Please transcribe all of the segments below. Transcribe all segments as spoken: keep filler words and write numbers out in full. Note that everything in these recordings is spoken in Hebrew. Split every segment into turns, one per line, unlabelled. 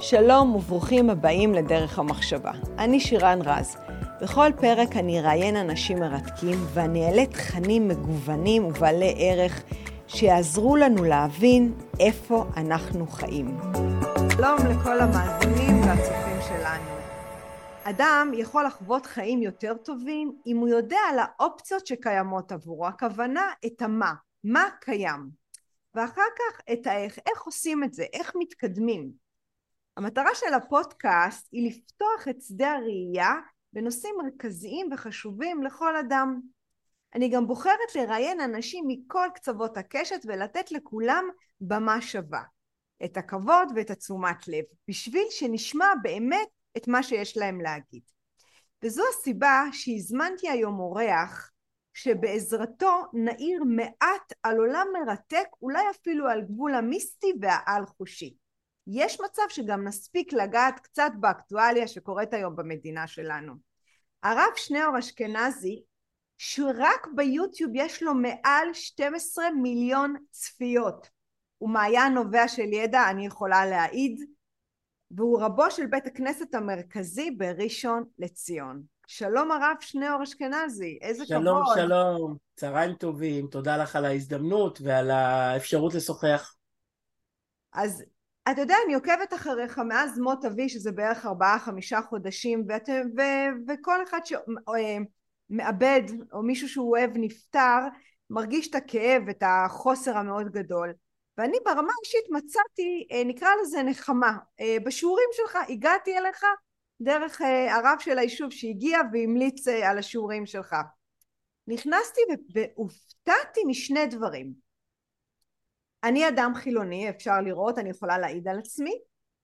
שלום וברוכים הבאים לדרך המחשבה. אני שירן רז. בכל פרק אני אראיין אנשים מרתקים ואני אעלה תכנים מגוונים ובעלי ערך שיעזרו לנו להבין איפה אנחנו חיים. שלום לכל המאזינים והצופים שלנו. אדם יכול לחוות חיים יותר טובים אם הוא יודע על האופציות שקיימות עבורו. הכוונה את המה, מה קיים. ואחר כך את האיך, איך עושים את זה, איך מתקדמים. המטרה של הפודקאסט היא לפתוח את שדה הראייה בנושאים מרכזיים וחשובים לכל אדם. אני גם בוחרת לראיין אנשים מכל קצוות הקשת ולתת לכולם במה שווה, את הכבוד ואת התשומת לב, בשביל שנשמע באמת את מה שיש להם להגיד. וזו הסיבה שהזמנתי היום אורח שבעזרתו נעיר מעט על עולם מרתק, אולי אפילו על גבול המיסטי והעל חושי. יש מצב שגם נספיק לגעת קצת באקטואליה שקורית היום במדינה שלנו. הרב שניאור אשכנזי, שרק ביוטיוב יש לו מעל שנים עשר מיליון צפיות. הוא מעיין נובע של ידע, אני יכולה להעיד, והוא רבו של בית הכנסת המרכזי בראשון לציון. שלום הרב שניאור אשכנזי, איזה
שלום,
כבוד.
שלום, שלום, צהריים טובים, תודה לך על ההזדמנות ועל האפשרות לשוחח. אז
אתה יודע, אני עוקבת אחריך מאז מות אבי, שזה בערך ארבעה, חמישה חודשים, ואת, ו, וכל אחד שמאבד, או מישהו שהוא אוהב נפטר, מרגיש את הכאב, את החוסר המאוד גדול. ואני ברמה אישית מצאתי, נקרא לזה נחמה. בשיעורים שלך הגעתי אליך דרך הרב של היישוב שהגיע והמליץ על השיעורים שלך. נכנסתי והופתעתי משני דברים. אני אדם חילוני, אפשר לראות, אני יכולה להעיד על עצמי,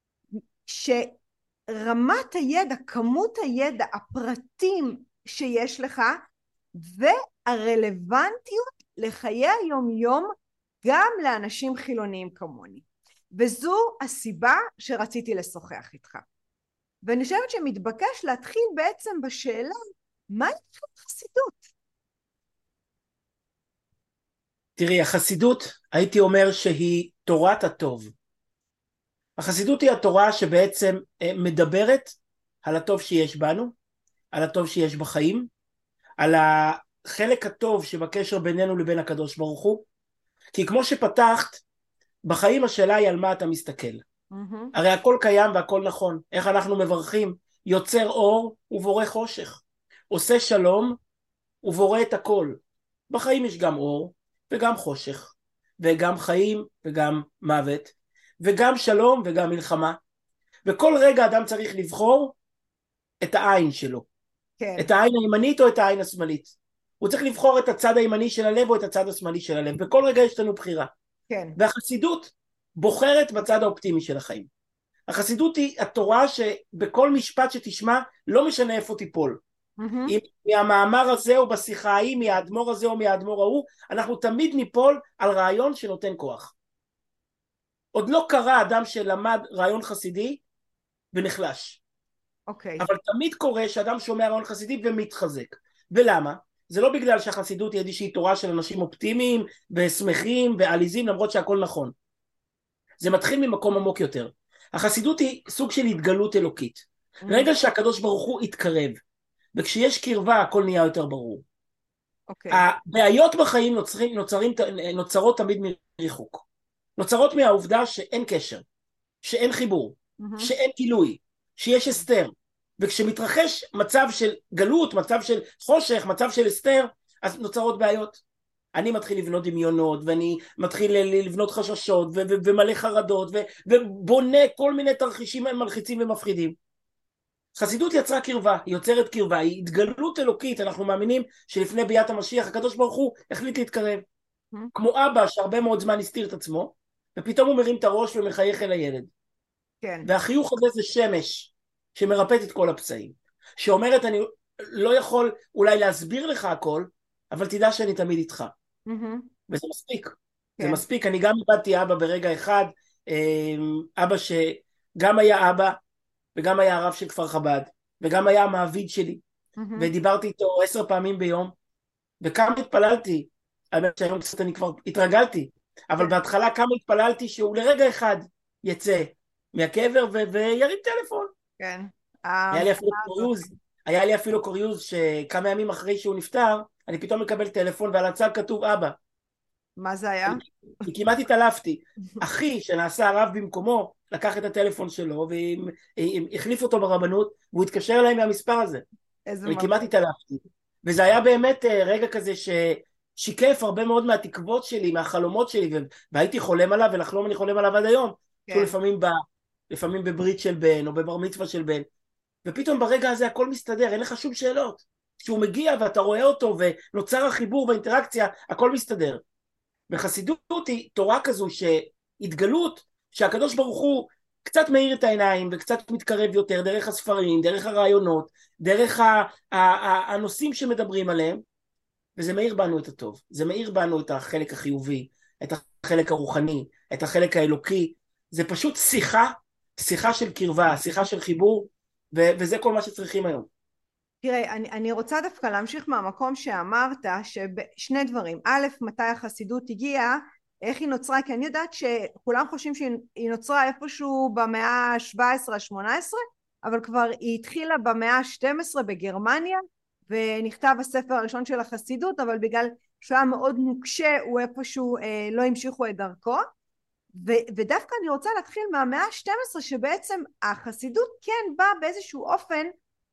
שרמת הידע, כמות הידע, הפרטים שיש לך, והרלוונטיות לחיי היום יום, גם לאנשים חילוניים כמוני. וזו הסיבה שרציתי לשוחח איתך. ואני חושבת שמתבקש להתחיל בעצם בשאלה, מהי חסידות?
תראי, החסידות, הייתי אומר שהיא תורת הטוב. החסידות היא התורה שבעצם מדברת על הטוב שיש בנו, על הטוב שיש בחיים, על החלק הטוב שבקשר בינינו לבין הקדוש ברוך הוא, כי כמו שפתחת, בחיים השאלה היא על מה אתה מסתכל. Mm-hmm. הרי הכל קיים והכל נכון. איך אנחנו מברכים? יוצר אור ובורא חושך. עושה שלום ובורא את הכל. בחיים יש גם אור וגם חושך, וגם חיים וגם מוות, וגם שלום וגם מלחמה. וכל רגע אדם צריך לבחור את העין שלו. כן. את העין הימנית או את העין השמאלית. הוא צריך לבחור את הצד הימני של הלב או את הצד השמאלי של הלב. בכל רגע יש לנו בחירה. כן. והחסידות בוחרת בצד האופטימי של החיים. החסידות היא התורה שבכל משפט שתשמע לא משנה איפה תיפול. Mm-hmm. אם מהמאמר הזה או בשיחה ההיא, מהאדמו"ר הזה או מהאדמו"ר ההוא, אנחנו תמיד ניפול על רעיון שנותן כוח. עוד לא קרה אדם שלמד רעיון חסידי ונחלש. אוקיי. Okay. אבל תמיד קורה שאדם שומע רעיון חסידי ומתחזק. ולמה? זה לא בגלל שהחסידות היא איזושהי תורה של אנשים אופטימיים ושמחים ועליזים, למרות שהכל נכון. זה מתחיל ממקום עמוק יותר. החסידות היא סוג של התגלות אלוקית. Mm-hmm. רגע שהקדוש ברוך הוא יתקרב, וכשיש קרבה הכל נהיה יותר ברור. Okay. הבעיות בחיים נוצרים, נוצרים, נוצרות תמיד מריחוק. נוצרות מהעובדה שאין קשר, שאין חיבור, mm-hmm. שאין גילוי, שיש הסתר. וכשמתרחש מצב של גלות, מצב של חושך, מצב של הסתר, אז נוצרות בעיות. אני מתחיל לבנות דמיונות, ואני מתחיל לבנות חששות, ו- ו- ומלא חרדות, ו- ובונה כל מיני תרחישים מלחיצים ומפחידים. חסידות יצרה קרבה, היא יוצרת קרבה, היא התגלות אלוקית. אנחנו מאמינים שלפני ביאת המשיח הקדוש ברוך הוא החליט להתקרב. Mm-hmm. כמו אבא שהרבה מאוד זמן הסתיר את עצמו, ופתאום הוא מרים את הראש ומחייך אל הילד. כן. והחיוך הזה זה שמש שמרפאת את כל הפצעים, שאומרת אני לא יכול אולי להסביר לך הכל, אבל תדע שאני תמיד איתך. Mm-hmm. וזה מספיק. כן. זה מספיק. אני גם איבדתי אבא ברגע אחד, אבא שגם היה אבא, וגם היה הרב של כפר חב"ד, וגם היה המעביד שלי, mm-hmm. ודיברתי איתו עשר פעמים ביום, וכמה התפללתי, האמת שהיום קצת אני כבר התרגלתי, אבל yeah. בהתחלה כמה התפללתי שהוא לרגע אחד יצא, מהקבר ו- וירים טלפון.
כן.
היה לי אפילו
המתנה הזאת.
קוריוז, היה לי אפילו קוריוז שכמה ימים אחרי שהוא נפטר, אני פתאום מקבל טלפון ועל הצג כתוב אבא.
מה זה היה?
כי כמעט התעלפתי. אחי שנעשה הרב במקומו, לקח את הטלפון שלו והחליף אותו ברבנות, והוא התקשר אליי מהמספר הזה.
איזה
אני כמעט
מלכה.
התעלפתי. וזה היה באמת אה, רגע כזה ששיקף הרבה מאוד מהתקוות שלי, מהחלומות שלי, ו- והייתי חולם עליו, ולחלום אני חולם עליו עד היום. שהוא
כן.
לפעמים, ב, לפעמים בברית של בן, או בבר מצווה של בן. ופתאום ברגע הזה הכל מסתדר, אין לך שום שאלות. כשהוא מגיע ואתה רואה אותו, ונוצר החיבור והאינטראקציה, הכל מסתדר. וחסידות היא תורה כזו שהתגלות, שהקדוש ברוך הוא קצת מאיר את העיניים וקצת מתקרב יותר דרך הספרים, דרך הרעיונות, דרך ה- ה- ה- הנושאים שמדברים עליהם, וזה מאיר בנו את הטוב, זה מאיר בנו את החלק החיובי, את החלק הרוחני, את החלק האלוקי, זה פשוט שיחה, שיחה של קרבה, שיחה של חיבור, ו- וזה כל מה שצריכים היום.
תראה, אני, אני רוצה דווקא להמשיך מהמקום שאמרת, ששני דברים. א', מתי החסידות הגיעה, איך היא נוצרה, כי אני יודעת שכולם חושבים שהיא נוצרה איפשהו במאה ה-שבע עשרה ה-שמונה עשרה, אבל כבר היא התחילה במאה ה-שתים עשרה בגרמניה, ונכתב הספר הראשון של החסידות, אבל בגלל שהוא היה מאוד נוקשה, הוא איפשהו אה, לא המשיכו את דרכו. ו- ודווקא אני רוצה להתחיל מהמאה ה-שתים עשרה, שבעצם החסידות כן באה באיזשהו אופן,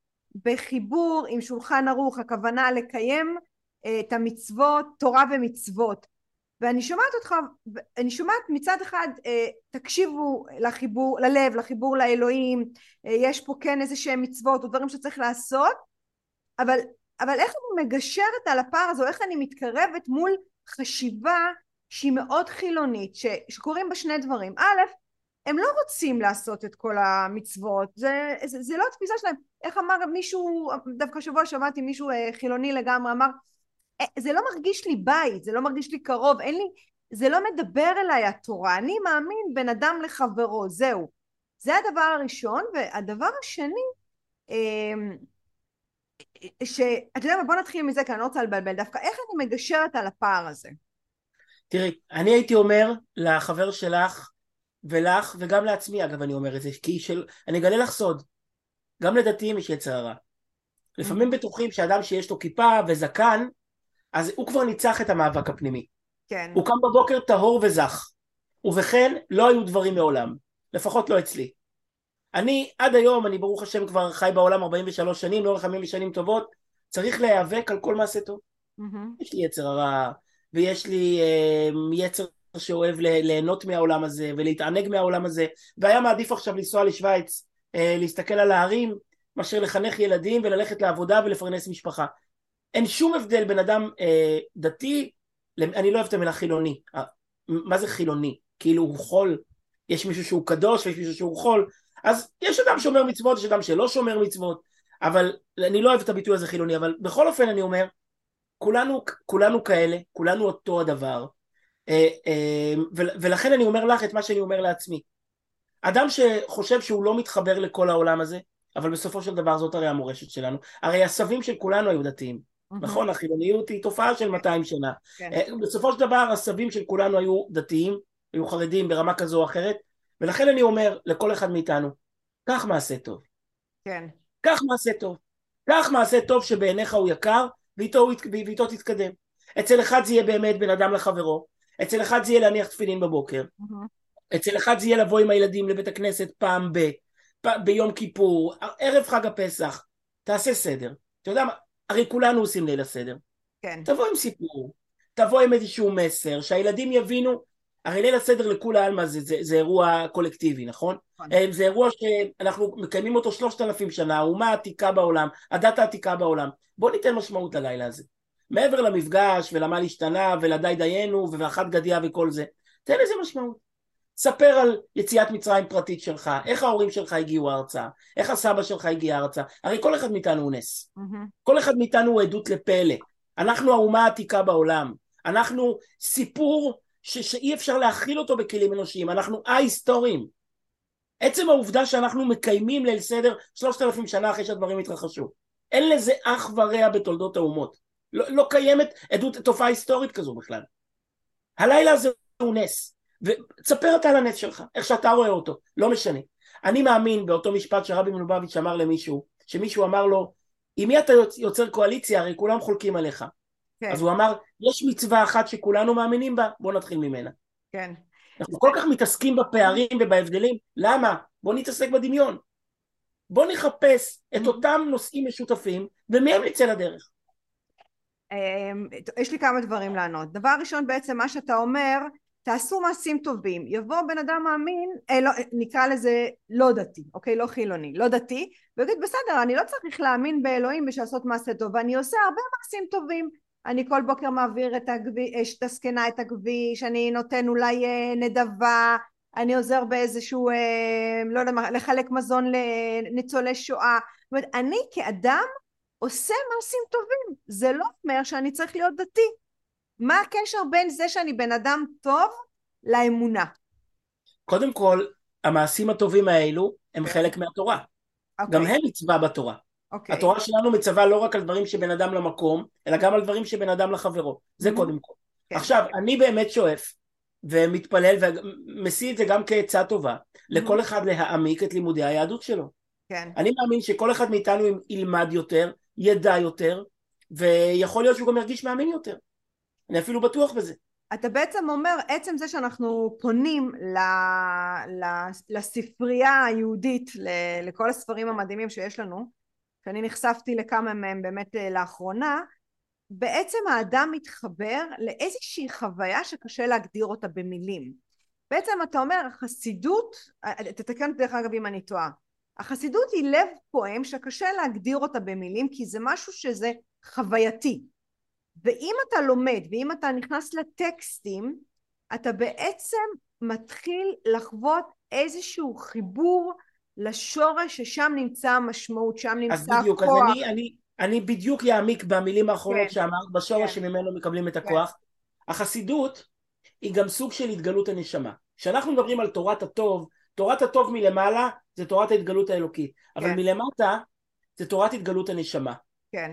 בחיבור עם שולחן ערוך, הכוונה לקיים uh, את המצוות, תורה ומצוות. ואני שומעת אותך, אני שומעת מצד אחד, uh, תקשיבו לחיבור, ללב, לחיבור לאלוהים, uh, יש פה כן איזה שהם מצוות או דברים שצריך לעשות, אבל, אבל איך אני מגשרת על הפער הזה, או איך אני מתקרבת מול חשיבה שהיא מאוד חילונית, ש, שקוראים בה שני דברים. א', הם לא רוצים לעשות את כל המצוות, זה, זה, זה לא התפיסה שלהם. איך אמר מישהו, דווקא שבוע שמעתי מישהו חילוני לגמרי, אמר, זה לא מרגיש לי בית, זה לא מרגיש לי קרוב, אין לי, זה לא מדבר אליי התורה, אני מאמין בין אדם לחברו, זהו. זה הדבר הראשון, והדבר השני, שאתה יודע מה, בוא נתחיל מזה, כי אני לא רוצה לבלבל, דווקא איך אני מגשרת על הפער הזה?
תראי, אני הייתי אומר לחבר שלך, ולך, וגם לעצמי, אגב, אני אומר את זה, כי של... אני אגלה לך סוד, גם לדתיים יש יצר הרע. לפעמים בטוחים שאדם שיש לו כיפה וזקן, אז הוא כבר ניצח את המאבק הפנימי.
כן.
הוא קם בבוקר טהור וזך, ובכן לא היו דברים מעולם, לפחות לא אצלי. אני עד היום, אני ברוך השם כבר חי בעולם ארבעים ושלוש שנים, לא לחמים בשנים טובות, צריך להיאבק על כל מעשה טוב.
Mm-hmm.
יש לי יצר הרע, ויש לי אה, יצר שאוהב ליהנות מהעולם הזה ולהתענג מהעולם הזה, והיה מעדיף עכשיו לנסוע לשוויץ, אה, להסתכל על הערים, מאשר לחנך ילדים וללכת לעבודה ולפרנס משפחה. אין שום הבדל בין אדם אה, דתי, אני לא אוהב את המילה חילוני. מה זה חילוני? כאילו הוא חול, יש מישהו שהוא קדוש ויש מישהו שהוא חול, אז יש אדם שומר מצוות, יש אדם שלא שומר מצוות, אבל אני לא אוהב את הביטוי הזה חילוני, אבל בכל אופן אני אומר, כולנו, כולנו כאלה, כולנו אותו הדבר, ולכן אני אומר לך את מה שאני אומר לעצמי. אדם שחושב שהוא לא מתחבר לכל העולם הזה, אבל בסופו של דבר זאת הרי המורשת שלנו, הרי הסבים של כולנו היו דתיים, נכון? החילוניות היא תופעה של מאתיים שנה, בסופו של דבר הסבים של כולנו היו דתיים, היו חרדים ברמה כזו או אחרת, ולכן אני אומר לכל אחד מאיתנו, קח מעשה טוב, קח מעשה טוב, קח מעשה טוב שבעיניך הוא יקר, ואיתו, ואיתו תתקדם. אצל אחד זה יהיה באמת בן אדם לחברו, אצל אחד זה יהיה להניח תפילין בבוקר, אצל אחד זה יהיה לבוא עם הילדים לבית הכנסת פעם ב, ב ביום כיפור, ערב חג הפסח, תעשה סדר. אתה יודע מה, הרי כולנו עושים ליל הסדר.
כן.
תבוא עם סיפור, תבוא עם איזשהו מסר, שהילדים יבינו, הרי ליל הסדר לכולה עלמה זה, זה, זה אירוע קולקטיבי, נכון? נכון. זה אירוע שאנחנו מקיימים אותו שלושת אלפים שנה, האומה העתיקה בעולם, הדת העתיקה בעולם. בוא ניתן משמעות ללילה הזה. מעבר למפגש ולמה להשתנה ולדי דיינו ואחת גדיה וכל זה, תן איזה משמעות. ספר על יציאת מצרים פרטית שלך, איך ההורים שלך הגיעו ארצה, איך הסבא שלך הגיע ארצה, הרי כל אחד מאיתנו הוא נס. Mm-hmm. כל אחד מאיתנו הוא עדות לפלא. אנחנו האומה העתיקה בעולם. אנחנו סיפור ש- שאי אפשר להכיל אותו בכלים אנושיים, אנחנו ההיסטוריים. עצם העובדה שאנחנו מקיימים ליל סדר שלושת אלפים שנה אחרי שהדברים התרחשו. אין לזה אח ורע בתולדות האומות. לא, לא קיימת עדות, תופעה היסטורית כזו בכלל. הלילה הזה הוא נס. ותספר אתה על הנס שלך, איך שאתה רואה אותו, לא משנה. אני מאמין באותו משפט שרבי מלובביץ' אמר למישהו, שמישהו אמר לו, עם מי אתה יוצר קואליציה, הרי כולם חולקים עליך.
כן.
אז הוא אמר, יש מצווה אחת שכולנו מאמינים בה, בוא נתחיל ממנה.
כן.
אנחנו כל כך מתעסקים בפערים ובהבדלים, למה? בוא נתעסק בדמיון. בוא נחפש את אותם נושאים משותפים, ומהם נצא לדרך.
יש לי כמה דברים לענות. דבר ראשון, בעצם מה שאתה אומר, תעשו מעשים טובים. יבוא בן אדם מאמין, אה, לא, נקרא לזה לא דתי, אוקיי? לא חילוני, לא דתי, ויגיד, בסדר, אני לא צריך להאמין באלוהים בשביל לעשות מעשה טוב, ואני עושה הרבה מעשים טובים. אני כל בוקר מעביר את הכביש, את הזקנה את הכביש, אני נותן אולי אה, נדבה, אני עוזר באיזשהו, אה, לא יודע, לחלק מזון לניצולי שואה. זאת אומרת, אני כאדם עושה מעשים טובים. זה לא אומר שאני צריך להיות דתי. מה הקשר בין זה שאני בן אדם טוב לאמונה?
קודם כל, המעשים הטובים האלו הם
כן.
חלק מהתורה.
אוקיי.
גם הם מצווה בתורה.
אוקיי.
התורה שלנו מצווה לא רק על דברים שבין אדם למקום, אלא גם על דברים שבין אדם לחברו. זה קודם כל.
כן.
עכשיו, אני באמת שואף, ומתפלל, ומסיא את זה גם כעצה טובה, לכל אחד להעמיק את לימודי היהדות שלו.
כן.
אני מאמין שכל אחד מאיתנו ילמד יותר, ידע יותר, ויכול להיות שהוא גם ירגיש מאמין יותר. אני אפילו בטוח בזה.
אתה בעצם אומר, עצם זה שאנחנו פונים ל, ל, לספרייה היהודית, ל, לכל הספרים המדהימים שיש לנו, שאני נחשפתי לכמה מהם באמת לאחרונה, בעצם האדם מתחבר לאיזושהי חוויה שקשה להגדיר אותה במילים. בעצם אתה אומר, החסידות, תתקן דרך אגב אם אני טועה, החסידות היא לב פועם שקשה להגדיר אותה במילים, כי זה משהו שזה חווייתי. ואם אתה לומד, ואם אתה נכנס לטקסטים, אתה בעצם מתחיל לחוות איזשהו חיבור לשורש ששם נמצא המשמעות, שם נמצא הכוח.
אז בדיוק, אז אני, אני, אני בדיוק יעמיק במילים האחרונות
כן.
שאמרת, בשורש
כן.
שממנו מקבלים את
כן.
הכוח. החסידות היא גם סוג של התגלות הנשמה. כשאנחנו מדברים על תורת הטוב, תורת הטוב מלמעלה זה תורת ההתגלות האלוקית, אבל
כן.
מלמטה זה תורת התגלות הנשמה.
כן.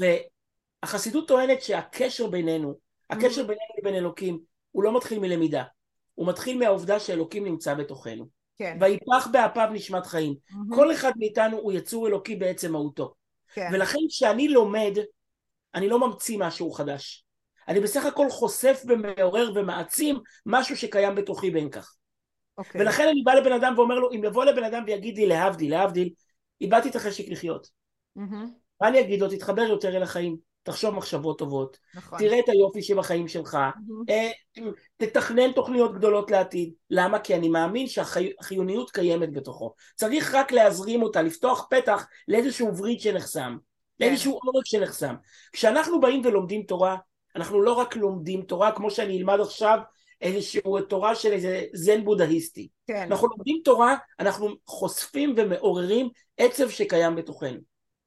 והחסידות טוענת שהקשר בינינו, הקשר
Mm-hmm.
בינינו לבין אלוקים, הוא לא מתחיל מלמידה, הוא מתחיל מהעובדה שאלוקים נמצא בתוכנו.
כן.
ויפח באפיו נשמת חיים.
Mm-hmm.
כל אחד מאיתנו הוא יצור אלוקי בעצם מהותו.
כן.
ולכן כשאני לומד, אני לא ממציא משהו חדש. אני בסך הכל חושף ומעורר ומעצים משהו שקיים בתוכי בין כך.
אוקיי.
ולכן אני בא לבן אדם ואומר לו, אם יבוא לבן אדם ויגיד לי להבדיל, להבדיל, איבדתי את החשק לחיות.
Mm-hmm.
מה אני אגיד לו? תתחבר יותר אל החיים, תחשוב מחשבות טובות,
נכון.
תראה את היופי שבחיים שלך,
Mm-hmm.
תתכנן תוכניות גדולות לעתיד. למה? כי אני מאמין שהחיוניות קיימת בתוכו. צריך רק להזרים אותה, לפתוח פתח לאיזשהו וריד שנחסם, לאיזשהו עורק שנחסם. כשאנחנו באים ולומדים תורה, אנחנו לא רק לומדים תורה, כמו שאני אלמד עכשיו, איזשהו תורה של איזה זן בודהיסטי.
כן.
אנחנו לומדים תורה, אנחנו חושפים ומעוררים עצב שקיים בתוכנו.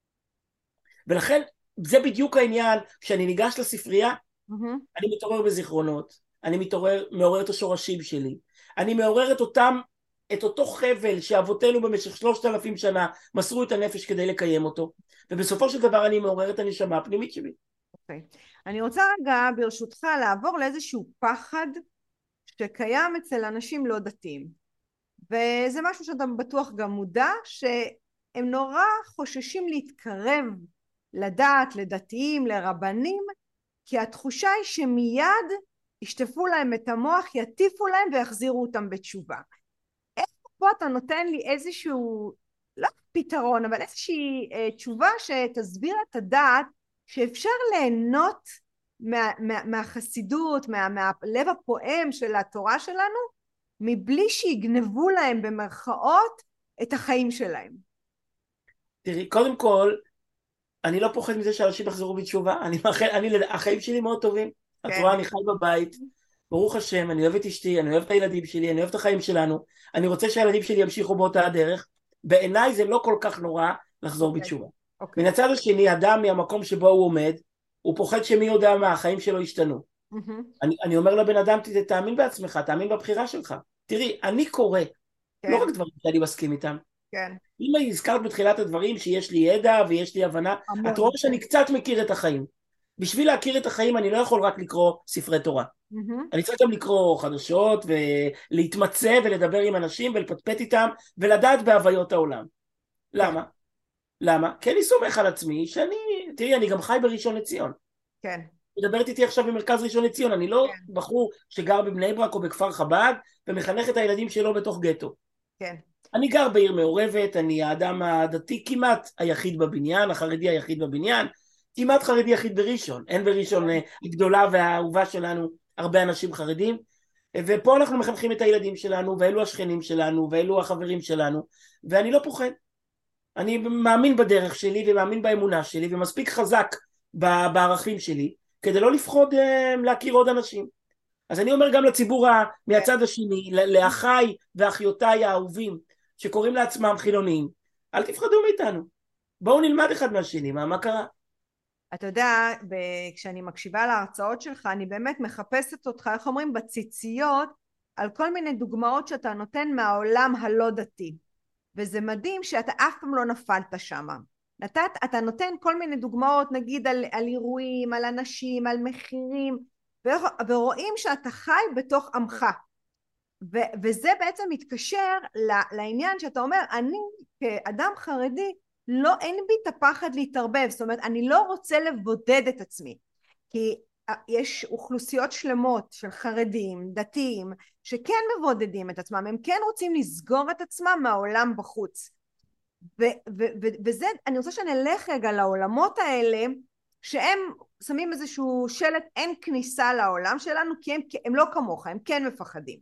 ולכן זה בדיוק העניין, כשאני ניגש לספרייה, mm-hmm. אני מתעורר בזיכרונות, אני מתעורר, מעורר את השורשים שלי, אני מעורר את אותם, את אותו חבל שאבותינו במשך שלושת אלפים שנה מסרו את הנפש כדי לקיים אותו, ובסופו של דבר אני מעורר את הנשמה הפנימית שלי.
אוקיי. Okay. אני רוצה רגע ברשותך לעבור לאיזשהו פחד שקיים אצל אנשים לא דתיים, וזה משהו שאתה בטוח גם מודע, שהם נורא חוששים להתקרב לדת, לדתיים, לרבנים, כי התחושה היא שמיד ישטפו להם את המוח, יטיפו להם ויחזירו אותם בתשובה. איך פה אתה נותן לי איזשהו, לא פתרון, אבל איזושהי אה, תשובה שתסביר את הדעת, שאפשר ליהנות מה, מה, מהחסידות, מה, מהלב הפועם של התורה שלנו, מבלי שיגנבו להם במרכאות את החיים שלהם.
תראי, קודם כל, אני לא פוחד מזה שאנשים יחזרו בתשובה, אני מאחל, אני, החיים שלי מאוד טובים, את רואה, אני חי בבית, ברוך השם, אני אוהב את אשתי, אני אוהב את הילדים שלי, אני אוהב את החיים שלנו, אני רוצה שהילדים שלי ימשיכו באותה הדרך, בעיניי זה לא כל כך נורא לחזור okay. בתשובה. Okay. מן הצד השני, אדם מהמקום שבו הוא עומד, הוא פוחד שמי יודע מה, החיים שלו ישתנו. Mm-hmm. אני, אני אומר לבן אדם, תאמין בעצמך, תאמין בבחירה שלך. תראי, אני קורא, כן. לא רק דברים שאני מסכים איתם. כן. אם הזכרת בתחילת הדברים שיש לי ידע ויש לי הבנה, המון. את רואה שאני קצת מכיר את החיים. בשביל להכיר את החיים אני לא יכול רק לקרוא ספרי תורה.
Mm-hmm.
אני צריך גם לקרוא חדשות ולהתמצא ולדבר עם אנשים ולפטפט איתם ולדעת בהוויות העולם. למה? למה? כי אני סומך על עצמי שאני, תראי, אני גם חי בראשון לציון.
כן.
מדברת איתי עכשיו במרכז ראשון לציון, אני לא
כן.
בחור שגר בבני ברק או בכפר חב"ד ומחנך את הילדים שלו בתוך גטו. כן. אני גר בעיר מעורבת, אני האדם הדתי כמעט היחיד בבניין, החרדי היחיד בבניין, כמעט חרדי יחיד בראשון, אין בראשון הגדולה והאהובה שלנו הרבה אנשים חרדים, ופה אנחנו מחנכים את הילדים שלנו, ואלו השכנים שלנו, ואלו החברים שלנו, ואני לא פוחד. אני מאמין בדרך שלי, ומאמין באמונה שלי, ומספיק חזק בערכים שלי, כדי לא לפחוד להכיר עוד אנשים. אז אני אומר גם לציבור מהצד השני, לאחיי ואחיותיי האהובים, שקוראים לעצמם חילונים, אל תפחדו מאיתנו. בואו נלמד אחד מהשני, מה, מה קרה?
אתה יודע, כשאני מקשיבה להרצאות שלך, אני באמת מחפשת אותך, איך אומרים, בציציות, על כל מיני דוגמאות שאתה נותן מהעולם הלא דתי. וזה מדהים שאתה אף פעם לא נפלת שם. נתת, אתה נותן כל מיני דוגמאות, נגיד על, על אירועים, על אנשים, על מחירים, ורואים שאתה חי בתוך עמך. ו, וזה בעצם מתקשר לעניין שאתה אומר, אני כאדם חרדי, לא, אין בי את הפחד להתערבב, זאת אומרת, אני לא רוצה לבודד את עצמי, כי יש אוכלוסיות שלמות של חרדים, דתיים, שכן מבודדים את עצמם, הם כן רוצים לסגור את עצמם מהעולם בחוץ. ו- ו- ו- וזה, אני רוצה שנלך רגע לעולמות האלה, שהם שמים איזשהו שלט, אין כניסה לעולם שלנו, כי הם, הם לא כמוך, הם כן מפחדים.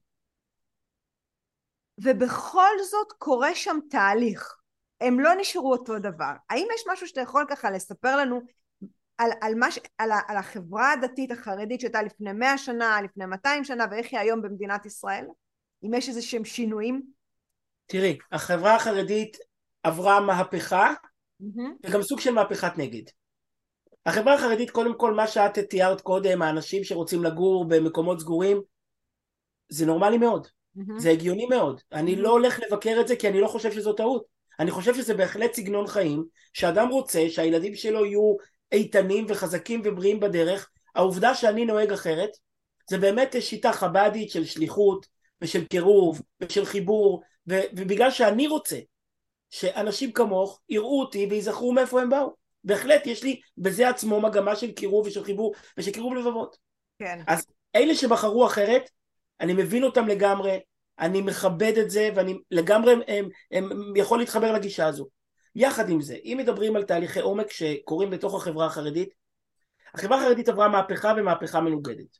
ובכל זאת קורה שם תהליך. הם לא נשארו אותו דבר. האם יש משהו שאתה יכול ככה לספר לנו על, על, מש, על, ה, על החברה הדתית החרדית שהייתה לפני מאה שנה, לפני מאתיים שנה, ואיך היא היום במדינת ישראל? אם יש איזה שהם שינויים?
תראי, החברה החרדית עברה מהפכה,
mm-hmm.
וגם סוג של מהפכת נגד. החברה החרדית, קודם כל, מה שאת תיארת קודם, האנשים שרוצים לגור במקומות סגורים, זה נורמלי מאוד. Mm-hmm. זה הגיוני מאוד. Mm-hmm. אני לא הולך לבקר את זה, כי אני לא חושב שזו טעות. אני חושב שזה בהחלט סגנון חיים, שאדם רוצה שהילדים שלו יהיו איתנים וחזקים ובריאים בדרך. העובדה שאני נוהג אחרת, זה באמת שיטה חבדית של שליחות, ושל קירוב, ושל חיבור, ו- ובגלל שאני רוצה, שאנשים כמוך יראו אותי ויזכרו מאיפה הם באו. בהחלט יש לי בזה עצמו מגמה של קירוב ושל חיבור ושל קירוב לבבות.
כן.
אז אלה שבחרו אחרת, אני מבין אותם לגמרי, אני מכבד את זה, ואני לגמרי הם, הם, הם יכול להתחבר לגישה הזו. יחד עם זה, אם מדברים על תהליכי עומק שקורים בתוך החברה החרדית, החברה החרדית עברה מהפכה ומהפכה מנוגדת.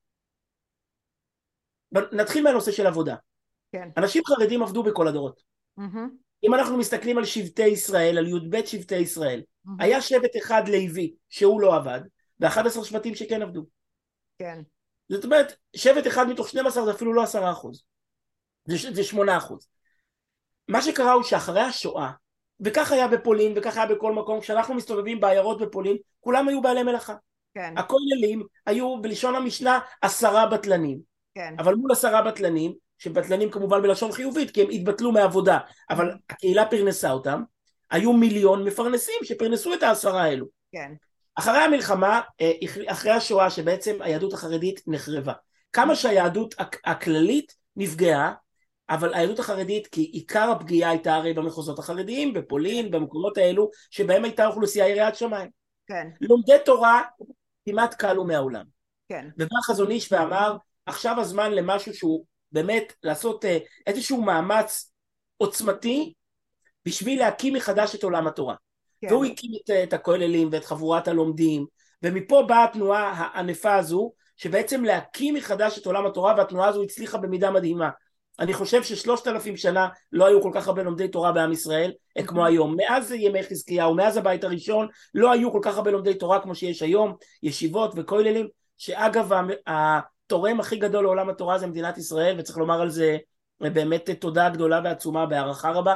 נתחיל מהנושא של עבודה.
כן.
אנשים חרדים עבדו בכל הדורות.
Mm-hmm.
אם אנחנו מסתכלים על שבטי ישראל, על י"ב שבטי ישראל, mm-hmm. היה שבט אחד לוי שהוא לא עבד, ו-אחד עשר שבטים שכן עבדו.
כן.
זאת אומרת, שבט אחד מתוך שנים עשר זה אפילו לא עשרה אחוז. זה, זה שמונה אחוז. מה שקרה הוא שאחרי השואה, וכך היה בפולין, וכך היה בכל מקום, כשאנחנו מסתובבים בעיירות בפולין, כולם היו בעלי מלאכה.
כן.
הכוללים היו בלשון המשנה עשרה בטלנים.
כן.
אבל מול עשרה בטלנים, שבטלנים כמובן בלשון חיובית, כי הם התבטלו מעבודה, אבל הקהילה פרנסה אותם, היו מיליון מפרנסים שפרנסו את העשרה האלו.
כן.
אחרי המלחמה, אחרי השואה שבעצם היהדות החרדית נחרבה. כמה שהיהדות הכללית נפגעה, אבל היהדות החרדית, כי עיקר הפגיעה הייתה הרי במחוזות החרדיים, בפולין, במקומות האלו, שבהם הייתה אוכלוסייה יראת שמיים.
כן.
לומדי תורה כמעט קלו מהעולם.
כן.
ובא חזון איש ואמר, עכשיו הזמן למשהו שהוא באמת לעשות איזשהו מאמץ עוצמתי, בשביל להקים מחדש את עולם התורה. כן. והוא הקים את, את הכוללים ואת חבורת הלומדים, ומפה באה התנועה הענפה הזו, שבעצם להקים מחדש את עולם התורה, והתנועה הזו הצליחה במידה מדהימה. אני חושב ששלושת אלפים שנה לא היו כל כך הרבה לומדי תורה בעם ישראל, mm-hmm. כמו היום. מאז ימי חזקיהו, מאז הבית הראשון, לא היו כל כך הרבה לומדי תורה כמו שיש היום, ישיבות וכוללים, שאגב, התורם הכי גדול לעולם התורה זה מדינת ישראל, וצריך לומר על זה באמת תודה גדולה ועצומה, בהערכה רבה.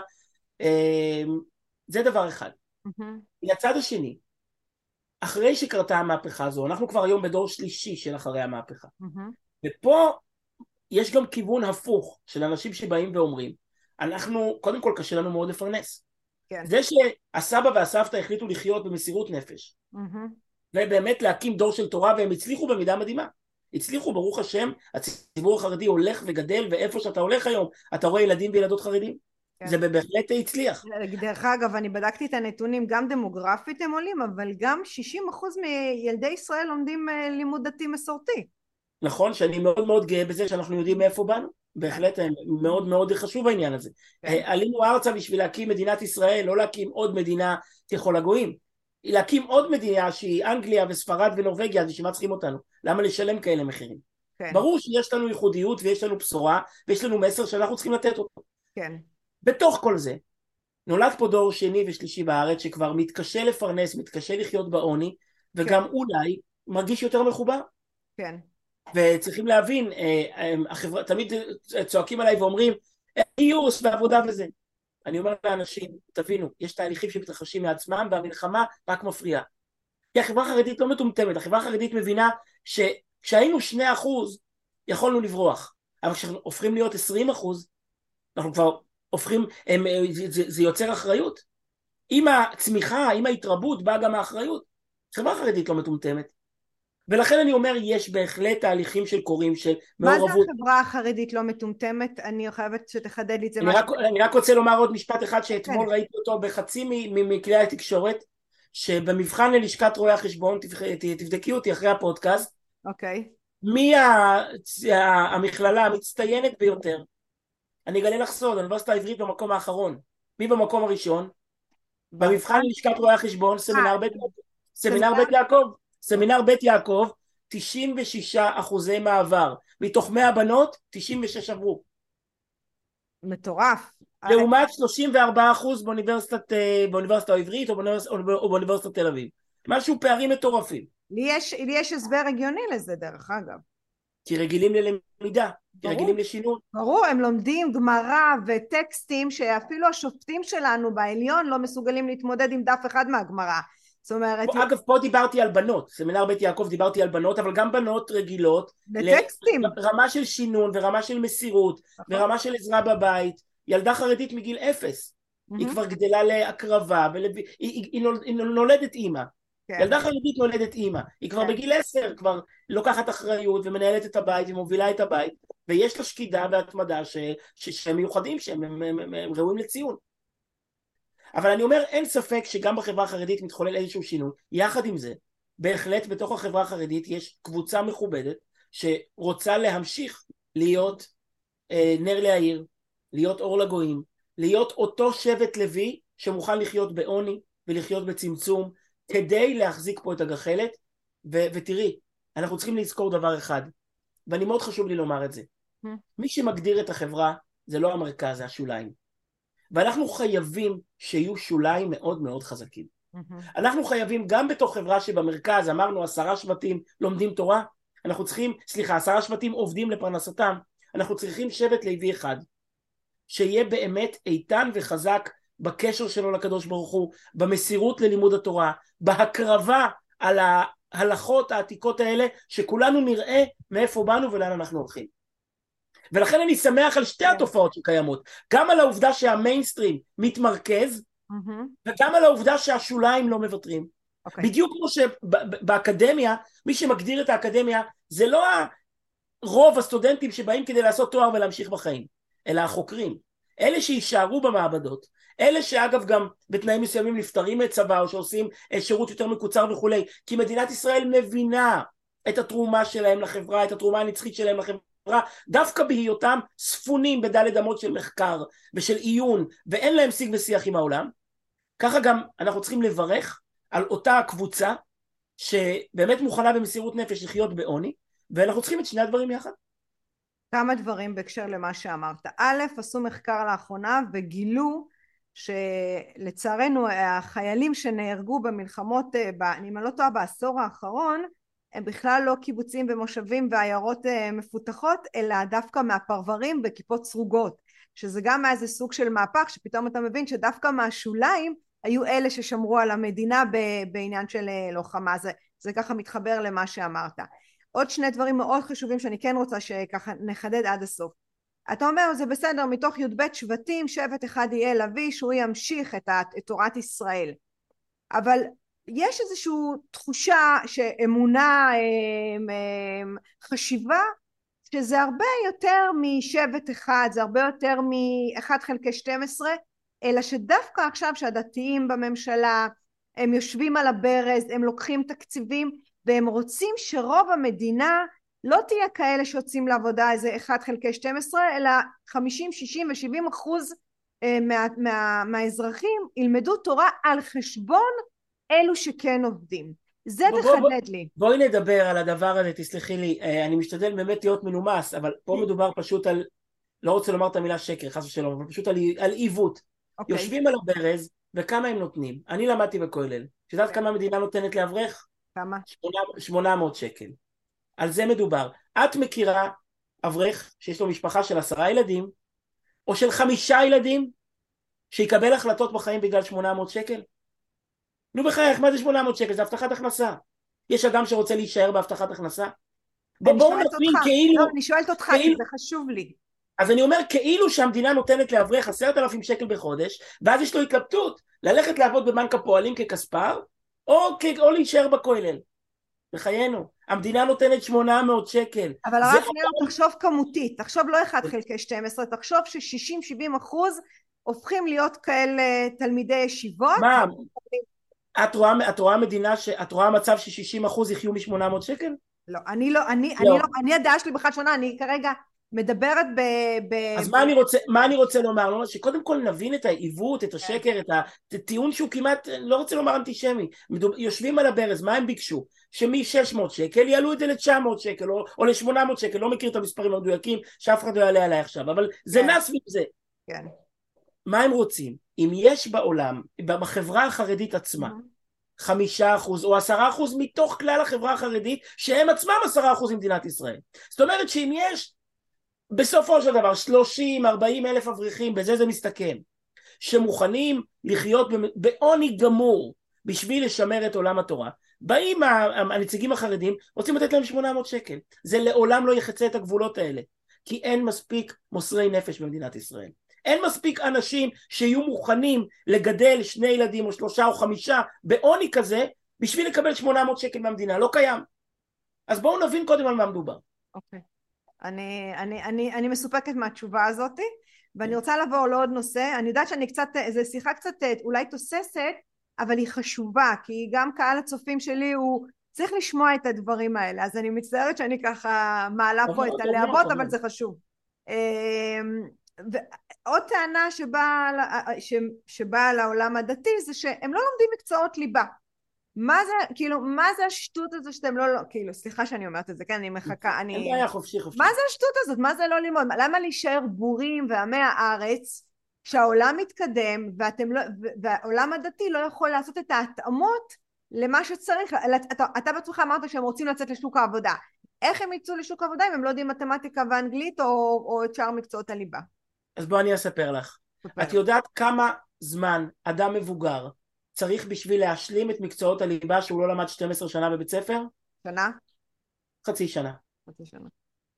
זה דבר אחד. Mm-hmm. מהצד השני, אחרי שקרתה המהפכה הזו, אנחנו כבר היום בדור שלישי של אחרי המהפכה. Mm-hmm. ופה יש גם כיוון הפוך של אנשים שבאים ואומרים, אנחנו, קודם כל קשה לנו מאוד לפרנס. כן. זה שהסבא והסבתא החליטו לחיות במסירות נפש, mm-hmm. ובאמת להקים דור של תורה, והם הצליחו במידה מדהימה. הצליחו, ברוך השם, הציבור החרדי הולך וגדל, ואיפה שאתה הולך היום, אתה רואה ילדים וילדות חרדים. כן. זה בהחלט הצליח.
דרך אגב, אני בדקתי את הנתונים, גם דמוגרפית הם עולים, אבל גם שישים אחוז מילדי ישראל לומדים לימוד דתי מסורתי.
נכון, שאני מאוד מאוד גאה בזה שאנחנו יודעים מאיפה באנו. בהחלט מאוד מאוד חשוב העניין הזה. כן. עלינו ארצה בשביל להקים מדינת ישראל, לא להקים עוד מדינה ככל הגויים. להקים עוד מדינה שהיא אנגליה וספרד ונורווגיה, אז שמה צריכים אותנו? למה לשלם כאלה מחירים? כן. ברור שיש לנו ייחודיות ויש לנו בשורה, ויש לנו מסר שאנחנו צריכים לתת אותו.
כן.
בתוך כל זה, נולד פה דור שני ושלישי בארץ, שכבר מתקשה לפרנס, מתקשה לחיות בעוני, וגם כן. אולי מרגיש יותר מחובר.
כן.
וצריכים להבין, החברה, תמיד צועקים עליי ואומרים, גיוס ועבודה וזה. אני אומר לאנשים, תבינו, יש תהליכים שמתרחשים מעצמם, והמלחמה רק מפריעה. כי החברה החרדית לא מטומטמת, החברה החרדית מבינה שכשהיינו שני אחוז, יכולנו לברוח. אבל כשאנחנו הופכים להיות עשרים אחוז, אנחנו כבר הופכים, הם, זה, זה יוצר אחריות. עם הצמיחה, עם ההתרבות, באה גם האחריות. החברה החרדית לא מטומטמת. ולכן אני אומר, יש בהחלט תהליכים של קוראים, של מעורבות.
מה זה החברה החרדית לא מטומטמת? אני חייבת שתחדד לי את זה.
אני, רק, אני רק רוצה לומר עוד משפט אחד, שאתמול ראיתי אותו בחצי מכלי התקשורת, שבמבחן ללשכת רואי החשבון, תבדקי אותי אחרי הפודקאסט,
אוקיי.
מי המכללה המצטיינת ביותר? אני אגלה לך סוד, האוניברסיטה העברית במקום האחרון. מי במקום הראשון? במבחן ללשכת רואי החשבון, סמינר בית יעקב. סמינר בית יעקב. סמינר בית יעקב, תשעים ושישה אחוזי מעבר. מתוך מאה בנות, תשעים ושש עברו.
מטורף.
לעומת שלושים וארבעה אחוז באוניברסיטת, באוניברסיטה העברית או באוניברסיטת, או באוניברסיטת תל אביב. משהו פערים מטורפים.
לי יש, לי יש הסבר הגיוני לזה דרך אגב.
כי רגילים ללמידה, כי רגילים לשינוי.
ברור, הם לומדים גמרא וטקסטים שאפילו השופטים שלנו בעליון לא מסוגלים להתמודד עם דף אחד מהגמרא. זאת אומרת...
פה, אגב, פה דיברתי על בנות, סמינר בית יעקב דיברתי על בנות, אבל גם בנות רגילות.
לטקסטים.
רמה של שינון ורמה של מסירות, ורמה של עזרה בבית. ילדה חרדית מגיל אפס. היא כבר גדלה להקרבה, היא נולדת אימא. ילדה חרדית נולדת אימא. היא כבר בגיל עשר, כבר לוקחת אחריות ומנהלת את הבית ומובילה את הבית. ויש לה שקידה והתמדה שהם מיוחדים, שהם ראויים לציון. אבל אני אומר, אין ספק שגם בחברה החרדית מתחולל איזשהו שינוי. יחד עם זה, בהחלט בתוך החברה החרדית יש קבוצה מכובדת שרוצה להמשיך להיות אה, נר לעיר, להיות אור לגויים, להיות אותו שבט לוי שמוכן לחיות בעוני ולחיות בצמצום, כדי להחזיק פה את הגחלת. ו- ותראי, אנחנו צריכים לזכור דבר אחד, ואני מאוד חשוב לי לומר את זה. מי שמגדיר את החברה זה לא המרכז, זה השוליים. ואנחנו חייבים שיהיו שוליים מאוד מאוד חזקים. Mm-hmm. אנחנו חייבים גם בתוך חברה שבמרכז, אמרנו עשרה שבטים לומדים תורה, אנחנו צריכים, סליחה, עשרה שבטים עובדים לפרנסתם, אנחנו צריכים שבט לוי אחד, שיהיה באמת איתן וחזק בקשר שלו לקדוש ברוך הוא, במסירות ללימוד התורה, בהקרבה על ההלכות העתיקות האלה, שכולנו נראה מאיפה באנו ולאן אנחנו הולכים. ולכן אני שמח על שתי התופעות שקיימות, גם על העובדה שהמיינסטרים מתמרכז, mm-hmm. וגם על העובדה שהשוליים לא מבטרים. Okay. בדיוק כמו שבאקדמיה, מי שמגדיר את האקדמיה, זה לא רוב הסטודנטים שבאים כדי לעשות תואר ולהמשיך בחיים, אלא החוקרים. אלה שישארו במעבדות, אלה שאגב גם בתנאים מסוימים נפטרים מצבא, או שעושים שירות יותר מקוצר וכו', כי מדינת ישראל מבינה את התרומה שלהם לחברה, את התרומה הנצחית שלהם לחברה, דווקא בהיותם ספונים בדלת אמות של מחקר ושל עיון, ואין להם שיג ושיח עם העולם. ככה גם אנחנו צריכים לברך על אותה קבוצה שבאמת מוכנה במסירות נפש לחיות בעוני, ואנחנו צריכים את שני הדברים יחד.
כמה דברים בהקשר למה שאמרת. א', עשו מחקר לאחרונה וגילו שלצערנו החיילים שנהרגו במלחמות, אני לא טועה בעשור האחרון, הם בכלל לא קיבוצים ומושבים ועיירות מפותחות, אלא דווקא מהפרברים וכיפות סרוגות, שזה גם איזה סוג של מהפך, שפתאום אתה מבין שדווקא מהשוליים היו אלה ששמרו על המדינה בעניין של לוחמה. זה, זה ככה מתחבר למה שאמרת. עוד שני דברים מאוד חשובים שאני כן רוצה שככה נחדד עד הסוף. אתה אומר, זה בסדר, מתוך י"ב שבטים, שבט אחד יהיה לוי, שהוא ימשיך את, את תורת ישראל. אבל יש איזושהי תחושה שאמונה, חשיבה, שזה הרבה יותר משבט אחד, זה הרבה יותר מ-אחד חלקי שתים עשרה, אלא שדווקא עכשיו שהדתיים בממשלה, הם יושבים על הברז, הם לוקחים תקציבים, והם רוצים שרוב המדינה לא תהיה כאלה שיוצאים לעבודה איזה אחד חלקי שתים עשרה, אלא חמישים, שישים ו-שבעים אחוז מה, מה, מהאזרחים ילמדו תורה על חשבון אלו שכן עובדים. זה
בוא,
תחדד
בוא,
לי.
בואי נדבר על הדבר הזה, תסלחי לי, אני משתדל באמת להיות מנומס, אבל פה מדובר פשוט על, לא רוצה לומר את המילה שקר, חס ושלום, אבל פשוט על, על עיוות. Okay. יושבים על הברז, וכמה הם נותנים? אני למדתי בכולל, שדעת okay. כמה המדינה נותנת לאברך?
כמה?
שמונה מאות שקל. על זה מדובר. את מכירה אברך שיש לו משפחה של עשרה ילדים, או של חמישה ילדים, שיקבל החלטות בחיים בגלל שמונה מאות שקל? נו בחייך, מה זה שמונה מאות שקל? זה הבטחת הכנסה. יש אדם שרוצה להישאר בהבטחת הכנסה? בואו נבין כאילו...
לא, אני שואלת אותך, כי זה חשוב לי.
אז אני אומר, כאילו שהמדינה נותנת לאברך עשרת אלפים שקל בחודש, ואז יש לו התלבטות, ללכת לעבוד בבנק הפועלים ככספר, או, או להישאר בכולל. בחיינו, המדינה נותנת שמונה מאות שקל.
אבל הרב שנייה, תחשוב כמותית, תחשוב לא אחד חלקי שתים עשרה, תחשוב ש-שישים שבעים אחוז הופכים להיות כאלה תלמידי ישיבות.
מה? את רואה, את רואה מדינה, את רואה מצב ש-שישים אחוז יחיו מ-שמונה מאות שקל?
לא, אני לא, אני, אני לא, אני הדעה שלי בכלל שונה, אני כרגע מדברת ב... ב
אז
ב...
מה אני רוצה, מה אני רוצה לומר? לא, שקודם כל נבין את העיוות, את השקר, את הטיעון שהוא כמעט, לא רוצה לומר אנטישמי. יושבים על הברז, מה הם ביקשו? שמ-שש מאות שקל יעלו את זה ל-תשע מאות שקל, או, או ל-שמונה מאות שקל, לא מכיר את המספרים המדויקים, שאף אחד לא יעלה עליי עכשיו, אבל זה
כן.
נס וזה.
כן.
מה הם רוצים? אם יש בעולם, בחברה החרדית עצמה, חמישה אחוז או עשרה אחוז מתוך כלל החברה החרדית, שהם עצמם עשרה אחוז ממדינת ישראל. זאת אומרת שאם יש בסופו של דבר שלושים ארבעים אלף אברכים, בזה זה מסתכם, שמוכנים לחיות בעוני גמור בשביל לשמר את עולם התורה, באים הנציגים החרדים, רוצים לתת להם שמונה מאות שקל. זה לעולם לא יחצה את הגבולות האלה, כי אין מספיק מוסרי נפש במדינת ישראל. אין מספיק אנשים שיהיו מוכנים לגדל שני ילדים או שלושה או חמישה בעוני כזה, בשביל לקבל שמונה מאות שקל מהמדינה. לא קיים. אז בואו נבין קודם על מה מדובר.
אוקיי. אני, אני, אני, אני מסופקת מהתשובה הזאת, ואני רוצה לעבור לעוד נושא. אני יודעת שאני קצת, זו שיחה קצת אולי תוססת, אבל היא חשובה, כי גם קהל הצופים שלי הוא צריך לשמוע את הדברים האלה, אז אני מצטערת שאני ככה מעלה פה את הלהבות, אבל זה חשוב. ועוד טענה שבאה, שבאה לעולם הדתי, זה שהם לא לומדים מקצועות ליבה. מה זה, כאילו, מה זה השטות הזו שאתם לא, לא, כאילו, סליחה שאני אומרת את זה, כן, אני מחכה, אני...
אין בעיה, חופשי, חופשי.
מה זה השטות הזאת? מה זה לא ללמוד? למה להישאר בורים ועמי הארץ, שהעולם מתקדם, ואתם לא, והעולם הדתי לא יכול לעשות את ההתאמות למה שצריך? אתה, אתה בעצמך אמרת שהם רוצים לצאת לשוק העבודה. איך הם יצאו לשוק העבודה אם הם לא יודעים מתמטיקה ואנגלית, או, או את שאר מקצועות הליבה?
אז בוא אני אספר לך. ספר. את יודעת כמה זמן אדם מבוגר צריך בשביל להשלים את מקצועות הליבה שהוא לא למד שתים עשרה שנה בבית ספר?
שנה?
חצי שנה.
חצי שנה.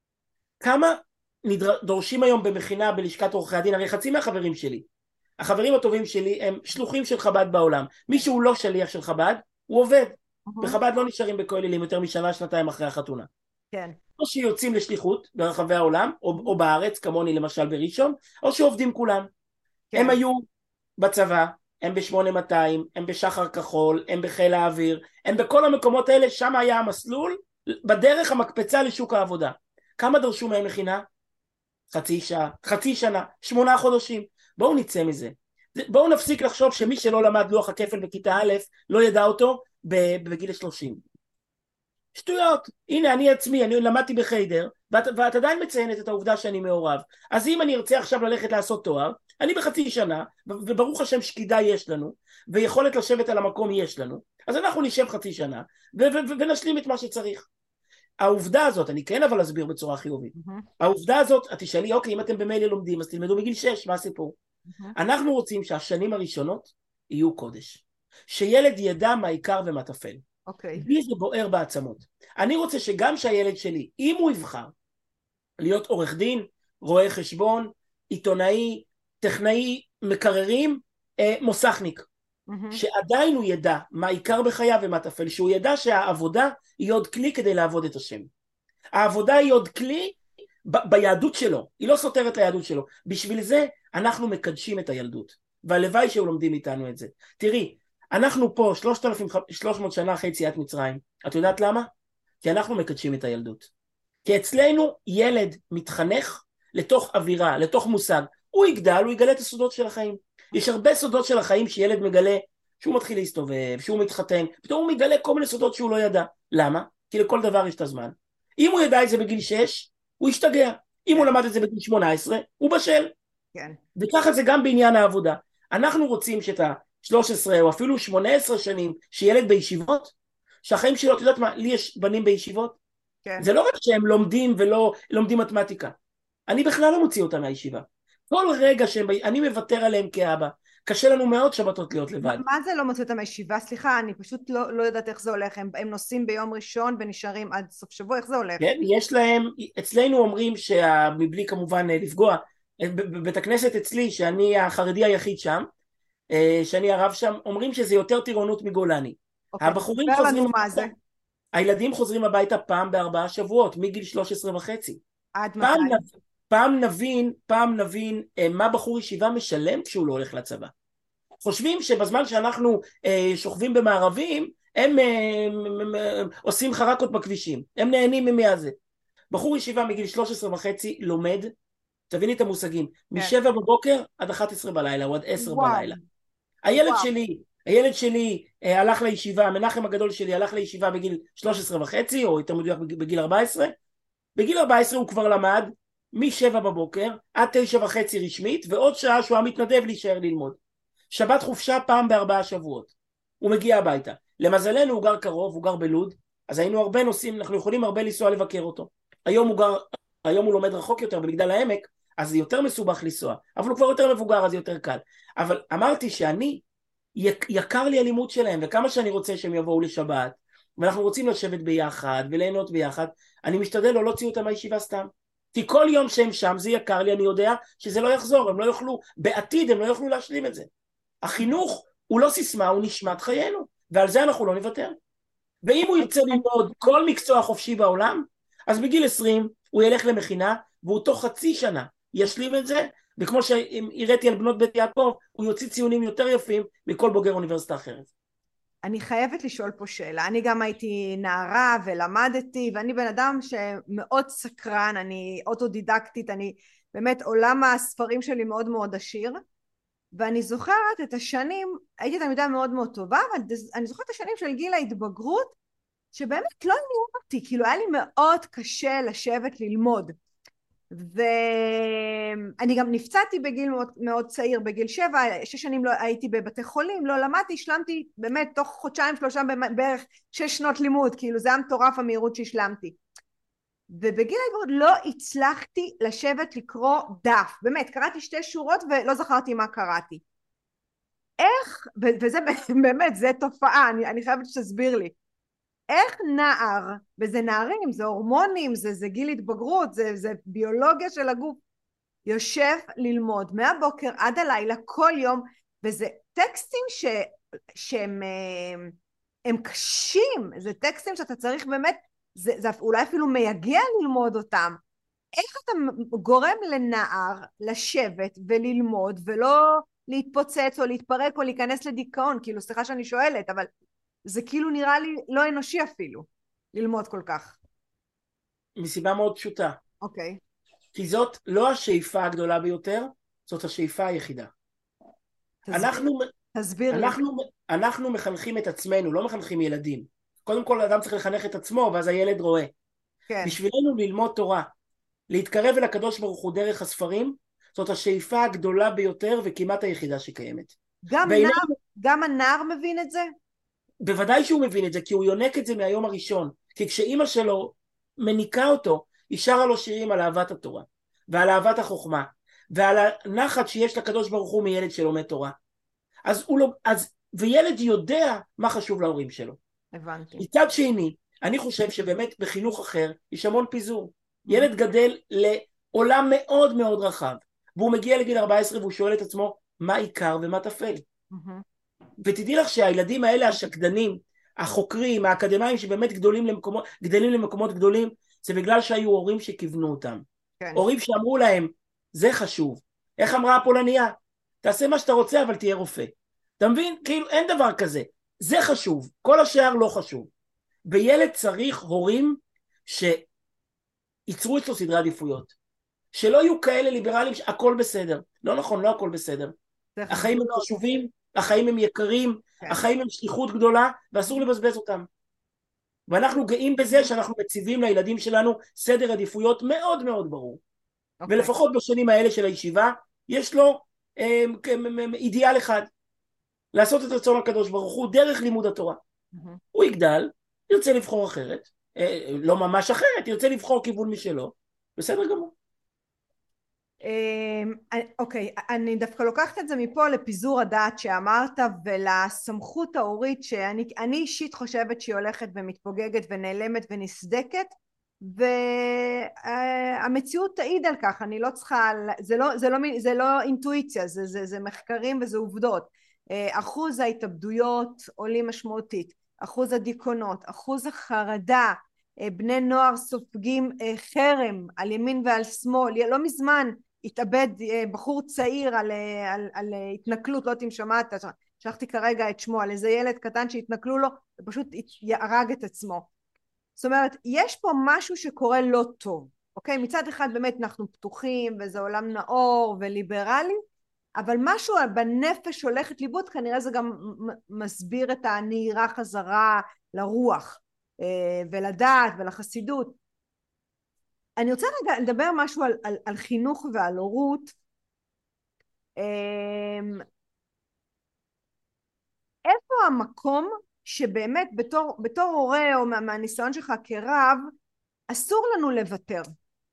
כמה דורשים היום במכינה בלשכת עורכי הדין? הרי חצי מהחברים שלי, החברים הטובים שלי הם שלוחים של חב"ד בעולם. מי שהוא לא שליח של חב"ד, הוא עובד. Uh-huh. בחב"ד לא נשארים בכוללים יותר משנה, שנתיים אחרי החתונה. כן. או שיוצאים לשליחות ברחבי העולם, או, או בארץ, כמוני למשל בראשון, או שעובדים כולם. כן. הם היו בצבא, הם ב-שמונה מאתיים, הם בשחר כחול, הם בחיל האוויר, הם בכל המקומות האלה, שם היה המסלול, בדרך המקפצה לשוק העבודה. כמה דרשו מהם מכינה? חצי שעה, חצי שנה, שמונה חודשים. בואו נצא מזה. בואו נפסיק לחשוב שמי שלא למד לוח הכפל בכיתה א', לא ידע אותו בגיל שלושים. שטויות. הנה, אני עצמי, אני למדתי בחיידר, ואת, ואת עדיין מציינת את העובדה שאני מעורב. אז אם אני ארצה עכשיו ללכת לעשות תואר, אני בחצי שנה, וברוך השם שקידה יש לנו, ויכולת לשבת על המקום יש לנו, אז אנחנו נשב חצי שנה, ו- ו- ונשלים את מה שצריך. העובדה הזאת, אני כן אבל אסביר בצורה חיובית, mm-hmm. העובדה הזאת, את תשאלי, אוקיי, אם אתם במילא לומדים, אז תלמדו מגיל שש, מה הסיפור? Mm-hmm. אנחנו רוצים שהשנים הראשונות יהיו קודש. שילד ידע מה עיקר ומה טפל. אוקיי. בי זה בוער בעצמות. אני רוצה שגם שהילד שלי, אם הוא יבחר להיות עורך דין, רואה חשבון, עיתונאי, טכנאי, מקררים, אה, מוסכניק. שעדיין הוא ידע מה עיקר בחייו ומה טפל, שהוא ידע שהעבודה היא עוד כלי כדי לעבוד את השם. העבודה היא עוד כלי ב- ביהדות שלו, היא לא סותרת ליהדות שלו. בשביל זה אנחנו מקדשים את הילדות, והלוואי שהוא לומדים איתנו את זה. תראי, אנחנו פה שלושת אלפים ושלוש מאות שנה אחרי יציאת מצרים. את יודעת למה? כי אנחנו מקדשים את הילדות. כי אצלנו ילד מתחנך לתוך אווירה, לתוך מושג. הוא יגדל, הוא יגלה את הסודות של החיים. יש הרבה סודות של החיים שילד מגלה, שהוא מתחיל להסתובב, שהוא מתחתן, פתאום הוא מגלה כל מיני סודות שהוא לא ידע. למה? כי לכל דבר יש את הזמן. אם הוא ידע את זה בגיל שש, הוא ישתגע. אם הוא למד את זה בגיל שמונה עשרה, הוא בשל.
כן.
וככה זה גם בעניין העבודה. אנחנו רוצים שאת ה-שלוש עשרה או אפילו שמונה עשרה שנים שילד בישיבות, שהחיים שלו, את יודעת מה, לי יש בנים בישיבות,
כן.
זה לא רק שהם לומדים ולא לומדים מתמטיקה. אני בכלל לא מוציא אותם מהישיבה. כל רגע שהם, אני מוותר עליהם כאבא. קשה לנו מאוד שבתות להיות לבד.
מה זה לא מוציא אותם מהישיבה? סליחה, אני פשוט לא, לא יודעת איך זה הולך. הם, הם נוסעים ביום ראשון ונשארים עד סוף שבוע, איך זה הולך?
כן, יש להם, אצלנו אומרים שמבלי כמובן לפגוע, בבית הכנסת אצלי, שאני החרדי היחיד שם, שאני הרב שם, אומרים שזה יותר טירונות מגולני.
אוקיי,
הבחורים
דבר
חוזרים,
לנו מה זה?
הילדים חוזרים הביתה פעם בארבעה שבועות, מגיל שלוש עשרה וחצי.
עד מתי?
פעם, פעם נבין, פעם נבין מה בחור ישיבה משלם כשהוא לא הולך לצבא. חושבים שבזמן שאנחנו אה, שוכבים במערבים, הם, אה, הם, הם עושים חרקות בכבישים, הם נהנים ממי הזה. בחור ישיבה מגיל שלוש עשרה וחצי לומד, תביני את המושגים, משבע בבוקר עד אחת עשרה בלילה, או עד עשר בלילה. הילד וואו. שלי, הילד שלי אה, הלך לישיבה, המנחם הגדול שלי הלך לישיבה בגיל שלוש עשרה וחצי, או יותר מדויק בגיל ארבע עשרה, בגיל ארבע עשרה הוא כבר למד, משבע בבוקר עד תשע וחצי רשמית, ועוד שעה שהוא המתנדב להישאר ללמוד. שבת חופשה פעם בארבעה שבועות. הוא מגיע הביתה. למזלנו הוא גר קרוב, הוא גר בלוד, אז היינו הרבה נוסעים, אנחנו יכולים הרבה לנסוע לבקר אותו. היום הוא גר, היום הוא לומד רחוק יותר במגדל העמק, אז זה יותר מסובך לנסוע. אבל הוא כבר יותר מבוגר, אז יותר קל. אבל אמרתי שאני, יקר לי הלימוד שלהם, וכמה שאני רוצה שהם יבואו לשבת, ואנחנו רוצים לשבת ביחד וליהנות ביחד, אני משתדל לא להוציא אותם מהישיבה סתם. כי כל יום שהם שם זה יקר לי, אני יודע שזה לא יחזור, הם לא יוכלו, בעתיד הם לא יוכלו להשלים את זה. החינוך הוא לא סיסמה, הוא נשמת חיינו, ועל זה אנחנו לא נוותר. ואם הוא ירצה ללמוד כל מקצוע חופשי בעולם, אז בגיל עשרים הוא ילך למכינה, והוא תוך חצי שנה ישלים את זה, וכמו שהראיתי על בנות בית יעקב, הוא יוציא ציונים יותר יפים מכל בוגר אוניברסיטה אחרת.
אני חייבת לשאול פה שאלה. אני גם הייתי נערה ולמדתי, ואני בן אדם שמאוד סקרן, אני אוטודידקטית, אני באמת עולם הספרים שלי מאוד מאוד עשיר, ואני זוכרת את השנים, הייתי תלמידה מאוד מאוד טובה, אבל אני זוכרת את השנים של גיל ההתבגרות, שבאמת לא עניין אותי, כאילו היה לי מאוד קשה לשבת ללמוד. ואני גם נפצעתי בגיל מאוד, מאוד צעיר, בגיל שבע, שש שנים לא הייתי בבתי חולים, לא למדתי, השלמתי באמת תוך חודשיים שלושה בערך שש שנות לימוד, כאילו זה היה מטורף המהירות שהשלמתי. ובגיל ההתבגרות לא הצלחתי לשבת לקרוא דף, באמת, קראתי שתי שורות ולא זכרתי מה קראתי. איך, וזה באמת, זה תופעה, אני, אני חייבת שתסביר לי, איך נער, וזה נערים, זה הורמונים, זה, זה גיל התבגרות, זה, זה ביולוגיה של הגוף, יושב ללמוד מהבוקר עד הלילה כל יום, וזה טקסטים ש, שהם הם, הם קשים, זה טקסטים שאתה צריך באמת, זה, זה אולי אפילו מייגע ללמוד אותם. איך אתה גורם לנער לשבת וללמוד ולא להתפוצץ או להתפרק או להיכנס לדיכאון? כאילו, סליחה שאני שואלת, אבל זה כאילו נראה לי לא אנושי אפילו ללמוד כל כך.
מסיבה מאוד פשוטה.
אוקיי.
כי זאת לא השאיפה הגדולה ביותר, זאת השאיפה היחידה.
תסביר,
אנחנו,
תסביר
אנחנו,
לי.
אנחנו מחנכים את עצמנו, לא מחנכים ילדים. קודם כל האדם צריך לחנך את עצמו, ואז הילד רואה. כן. בשבילנו ללמוד תורה, להתקרב אל הקדוש ברוך הוא דרך הספרים, זאת השאיפה הגדולה ביותר וכמעט היחידה שקיימת.
גם, בעיני... נער, גם הנער מבין את זה?
בוודאי שהוא מבין את זה, כי הוא יונק את זה מהיום הראשון. כי כשאימא שלו מניקה אותו, היא שרה לו שירים על אהבת התורה, ועל אהבת החוכמה, ועל הנחת שיש לקדוש ברוך הוא מילד שלומד תורה. אז הוא לא, אז, וילד יודע מה חשוב להורים שלו.
הבנתי.
מצד שני, אני חושב שבאמת בחינוך אחר יש המון פיזור. ילד גדל לעולם מאוד מאוד רחב, והוא מגיע לגיל ארבע עשרה והוא שואל את עצמו מה עיקר ומה טפל. ותדעי לך שהילדים האלה השקדנים, החוקרים, האקדמיים שבאמת גדולים למקומות, גדלים למקומות גדולים, זה בגלל שהיו הורים שכיוונו אותם.
כן.
הורים שאמרו להם, זה חשוב. איך אמרה הפולניה? תעשה מה שאתה רוצה, אבל תהיה רופא. אתה מבין? כאילו אין דבר כזה. זה חשוב. כל השאר לא חשוב. וילד צריך הורים שיצרו אצלו סדרי עדיפויות. שלא יהיו כאלה ליברליים שהכל בסדר. לא נכון, לא הכל בסדר. החיים הם חשובים, החיים הם יקרים, כן. החיים הם שליחות גדולה, ואסור לבזבז אותם. ואנחנו גאים בזה שאנחנו מציבים לילדים שלנו סדר עדיפויות מאוד מאוד ברור. Okay. ולפחות בשנים האלה של הישיבה, יש לו אה, אידיאל אחד, לעשות את רצון הקדוש ברוך הוא דרך לימוד התורה. Mm-hmm. הוא יגדל, ירצה לבחור אחרת, אה, לא ממש אחרת, ירצה לבחור כיוון משלו, בסדר גמור.
אוקיי, אני דווקא לוקחת את זה מפה לפיזור הדעת שאמרת ולסמכות ההורית שאני אני אישית חושבת שהיא הולכת ומתפוגגת ונעלמת ונסדקת, והמציאות תעיד על כך. אני לא צריכה, זה לא, זה לא, זה לא אינטואיציה, זה, זה, זה מחקרים וזה עובדות. אחוז ההתאבדויות עולים משמעותית, אחוז הדיכאונות, אחוז החרדה, בני נוער סופגים חרם על ימין ועל שמאל. לא מזמן התאבד בחור צעיר על, על, על התנכלות, לא יודעת אם שמעת, שכחתי כרגע את שמו, על איזה ילד קטן שהתנכלו לו ופשוט הרג את עצמו. זאת אומרת, יש פה משהו שקורה לא טוב, אוקיי? מצד אחד באמת אנחנו פתוחים וזה עולם נאור וליברלי, אבל משהו בנפש הולכת ליבוד, כנראה זה גם מסביר את הנהירה חזרה לרוח ולדעת ולחסידות. אני רוצה רגע לדבר משהו על, על, על חינוך ועל הורות. איפה המקום שבאמת בתור, בתור הורה או מה, מהניסיון שלך כרב, אסור לנו לוותר?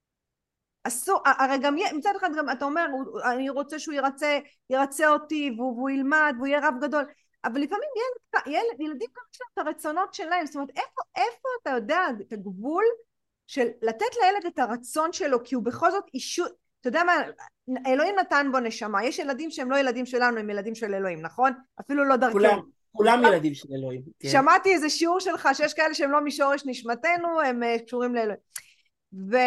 אסור, הרי גם מצד אחד גם אתה אומר, אני רוצה שהוא ירצה, ירצה אותי והוא, והוא ילמד והוא יהיה רב גדול, אבל לפעמים ילד, ילד, ילדים גם יש להם את הרצונות שלהם. זאת אומרת, איפה, איפה אתה יודע את הגבול של לתת לילד את הרצון שלו, כי הוא בכל זאת אישו, אתה יודע מה, אלוהים נתן בו נשמה. יש ילדים שהם לא ילדים שלנו, הם ילדים של אלוהים, נכון? אפילו לא דרכנו.
כולם, כולם ילדים של אלוהים. כן.
שמעתי איזה שיעור שלך שיש כאלה שהם לא משורש נשמתנו, הם קשורים לאלוהים. ו...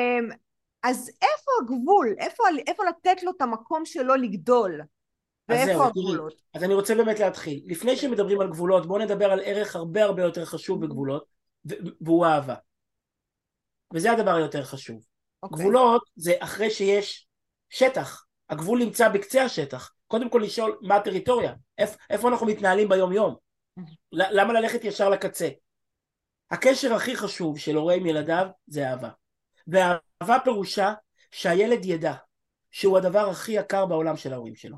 אז איפה הגבול? איפה, איפה לתת לו את המקום שלו לגדול? ואיפה הגבולות?
אז אני רוצה באמת להתחיל. לפני שמדברים על גבולות, בואו נדבר על ערך הרבה הרבה יותר חשוב בגבולות, והוא אהבה. וזה הדבר היותר חשוב. Okay. גבולות זה אחרי שיש שטח. הגבול נמצא בקצה השטח. קודם כל לשאול מה הטריטוריה. איפ, איפה אנחנו מתנהלים ביום יום? למה ללכת ישר לקצה? הקשר הכי חשוב של הורה עם ילדיו זה אהבה. והאהבה פירושה שהילד ידע שהוא הדבר הכי יקר בעולם של ההורים שלו.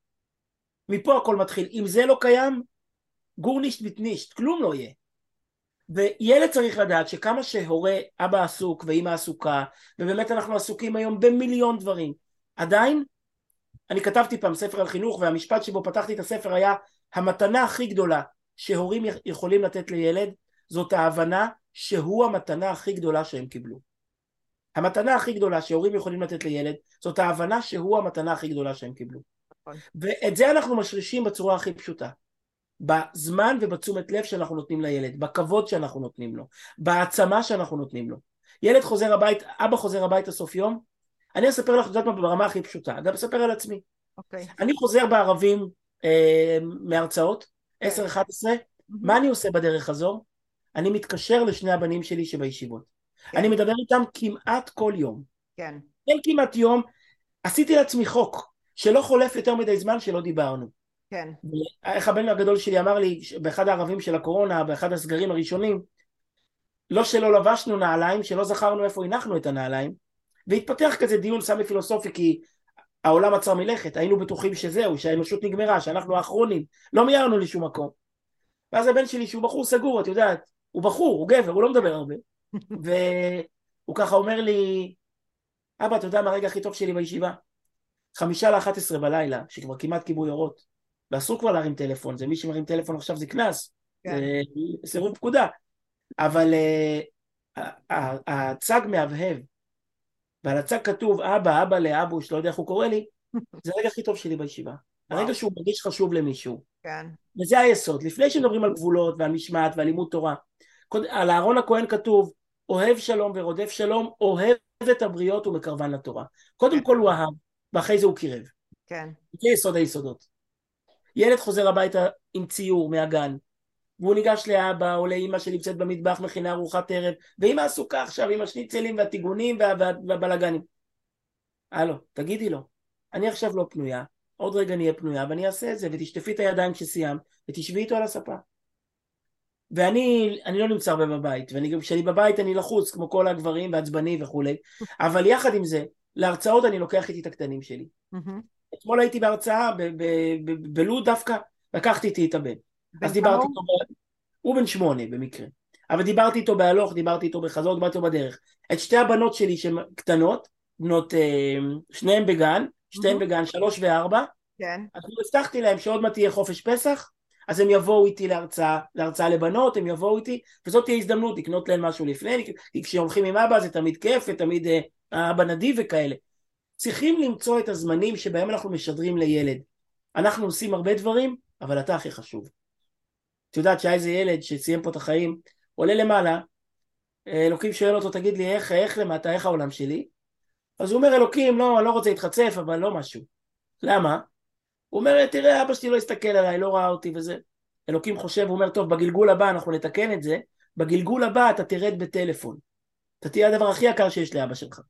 מפה הכל מתחיל. אם זה לא קיים, גורנישט מתנישט, כלום לא יהיה. וילד צריך לדעת שכמה שהורה, אבא עסוק ואמא עסוקה, ובאמת אנחנו עסוקים היום במיליון דברים, עדיין, אני כתבתי פעם ספר על חינוך, והמשפט שבו פתחתי את הספר היה, המתנה הכי גדולה שהורים יכולים לתת לילד, זאת ההבנה שהוא המתנה הכי גדולה שהם קיבלו. המתנה הכי גדולה שהורים יכולים לתת לילד, זאת ההבנה שהוא המתנה הכי גדולה שהם קיבלו. ואת זה אנחנו משרישים בצורה הכי פשוטה. בזמן ובתשומת לב שאנחנו נותנים לילד, בכבוד שאנחנו נותנים לו, בהעצמה שאנחנו נותנים לו. ילד חוזר הבית, אבא חוזר הבית הסוף יום, אני אספר לך, יודעת מה, ברמה הכי פשוטה, גם אספר על עצמי. Okay. אני חוזר בערבים אה, מהרצאות, okay. עשר אחת עשרה, mm-hmm. מה אני עושה בדרך הזו? אני מתקשר לשני הבנים שלי שבישיבות. Okay. אני מדבר איתם כמעט כל יום. כן. Okay. אין כמעט יום, עשיתי לעצמי חוק, שלא חולף יותר מדי זמן שלא דיברנו. כן. איך הבן הגדול שלי אמר לי באחד הערבים של הקורונה, באחד הסגרים הראשונים, לא שלא לבשנו נעליים, שלא זכרנו איפה הנחנו את הנעליים, והתפתח כזה דיון סמי פילוסופי, כי העולם עצר מלכת, היינו בטוחים שזהו, שהאנושות נגמרה, שאנחנו האחרונים, לא מיירנו לשום מקום. ואז הבן שלי שהוא בחור סגור, את יודעת, הוא בחור, הוא גבר, הוא לא מדבר הרבה, והוא ככה אומר לי, אבא, אתה יודע מה הרגע הכי טוב שלי בישיבה? חמישה לאחת עשרה בלילה, שכבר כמעט כיבוי אורות, ואסור כבר להרים טלפון, זה מי שמרים טלפון עכשיו זה כנס, כן. זה סירוב פקודה, אבל uh, הצג מהבהב, ועל הצג כתוב אבא, אבא לאבוש, לא יודע איך הוא קורא לי, זה הרגע הכי טוב שלי בישיבה, הרגע שהוא מרגיש חשוב למישהו,
כן.
וזה היסוד. לפני שמדברים על גבולות ועל משמעת ועל לימוד תורה, על אהרון הכהן כתוב, אוהב שלום ורודף שלום, אוהב את הבריות ומקרבן לתורה.
כן.
קודם כל הוא אהב, ואחרי זה הוא קירב.
כן.
זה יסוד היסודות. ילד חוזר הביתה עם ציור מהגן, והוא ניגש לאבא או לאמא שנמצאת במטבח מכינה ארוחת ערב, ואמא עסוקה עכשיו עם השניצלים והטיגונים וה, וה, והבלגנים. הלו, תגידי לו, אני עכשיו לא פנויה, עוד רגע נהיה פנויה ואני אעשה את זה, ותשטפי את הידיים כשסיים, ותשבי איתו על הספה. ואני אני לא נמצא הרבה בבית, וכשאני בבית אני לחוץ כמו כל הגברים ועצבני וכולי, אבל יחד עם זה, להרצאות אני לוקח איתי את הקטנים שלי. אתמול הייתי בהרצאה בלוד דווקא, לקחתי איתי את הבן. אז דיברתי איתו, הוא בן שמונה במקרה, אבל דיברתי איתו בהלוך, דיברתי איתו בחזור, דיברתי איתו בדרך. את שתי הבנות שלי שהן קטנות, בנות, שניהם בגן, שתיהן בגן, שלוש וארבע, אז הבטחתי להם שעוד מעט תהיה חופש פסח, אז הם יבואו איתי להרצאה, להרצאה לבנות, הם יבואו איתי, וזאת תהיה הזדמנות לקנות להם משהו לפני, כי כשהולכים עם אבא זה תמיד כיף, ותמיד אבא נדיב וכאלה. צריכים למצוא את הזמנים שבהם אנחנו משדרים לילד. אנחנו עושים הרבה דברים, אבל אתה הכי חשוב. את יודעת שהיה איזה ילד שסיים פה את החיים, עולה למעלה, אלוקים שואל אותו, תגיד לי, איך, איך למטה, איך העולם שלי? אז הוא אומר, אלוקים, לא, אני לא רוצה להתחצף, אבל לא משהו. למה? הוא אומר, תראה, אבא שלי לא הסתכל עליי, לא ראה אותי וזה. אלוקים חושב, הוא אומר, טוב, בגלגול הבא אנחנו נתקן את זה, בגלגול הבא אתה תרד בטלפון. אתה תהיה הדבר הכי יקר שיש לאבא שלך.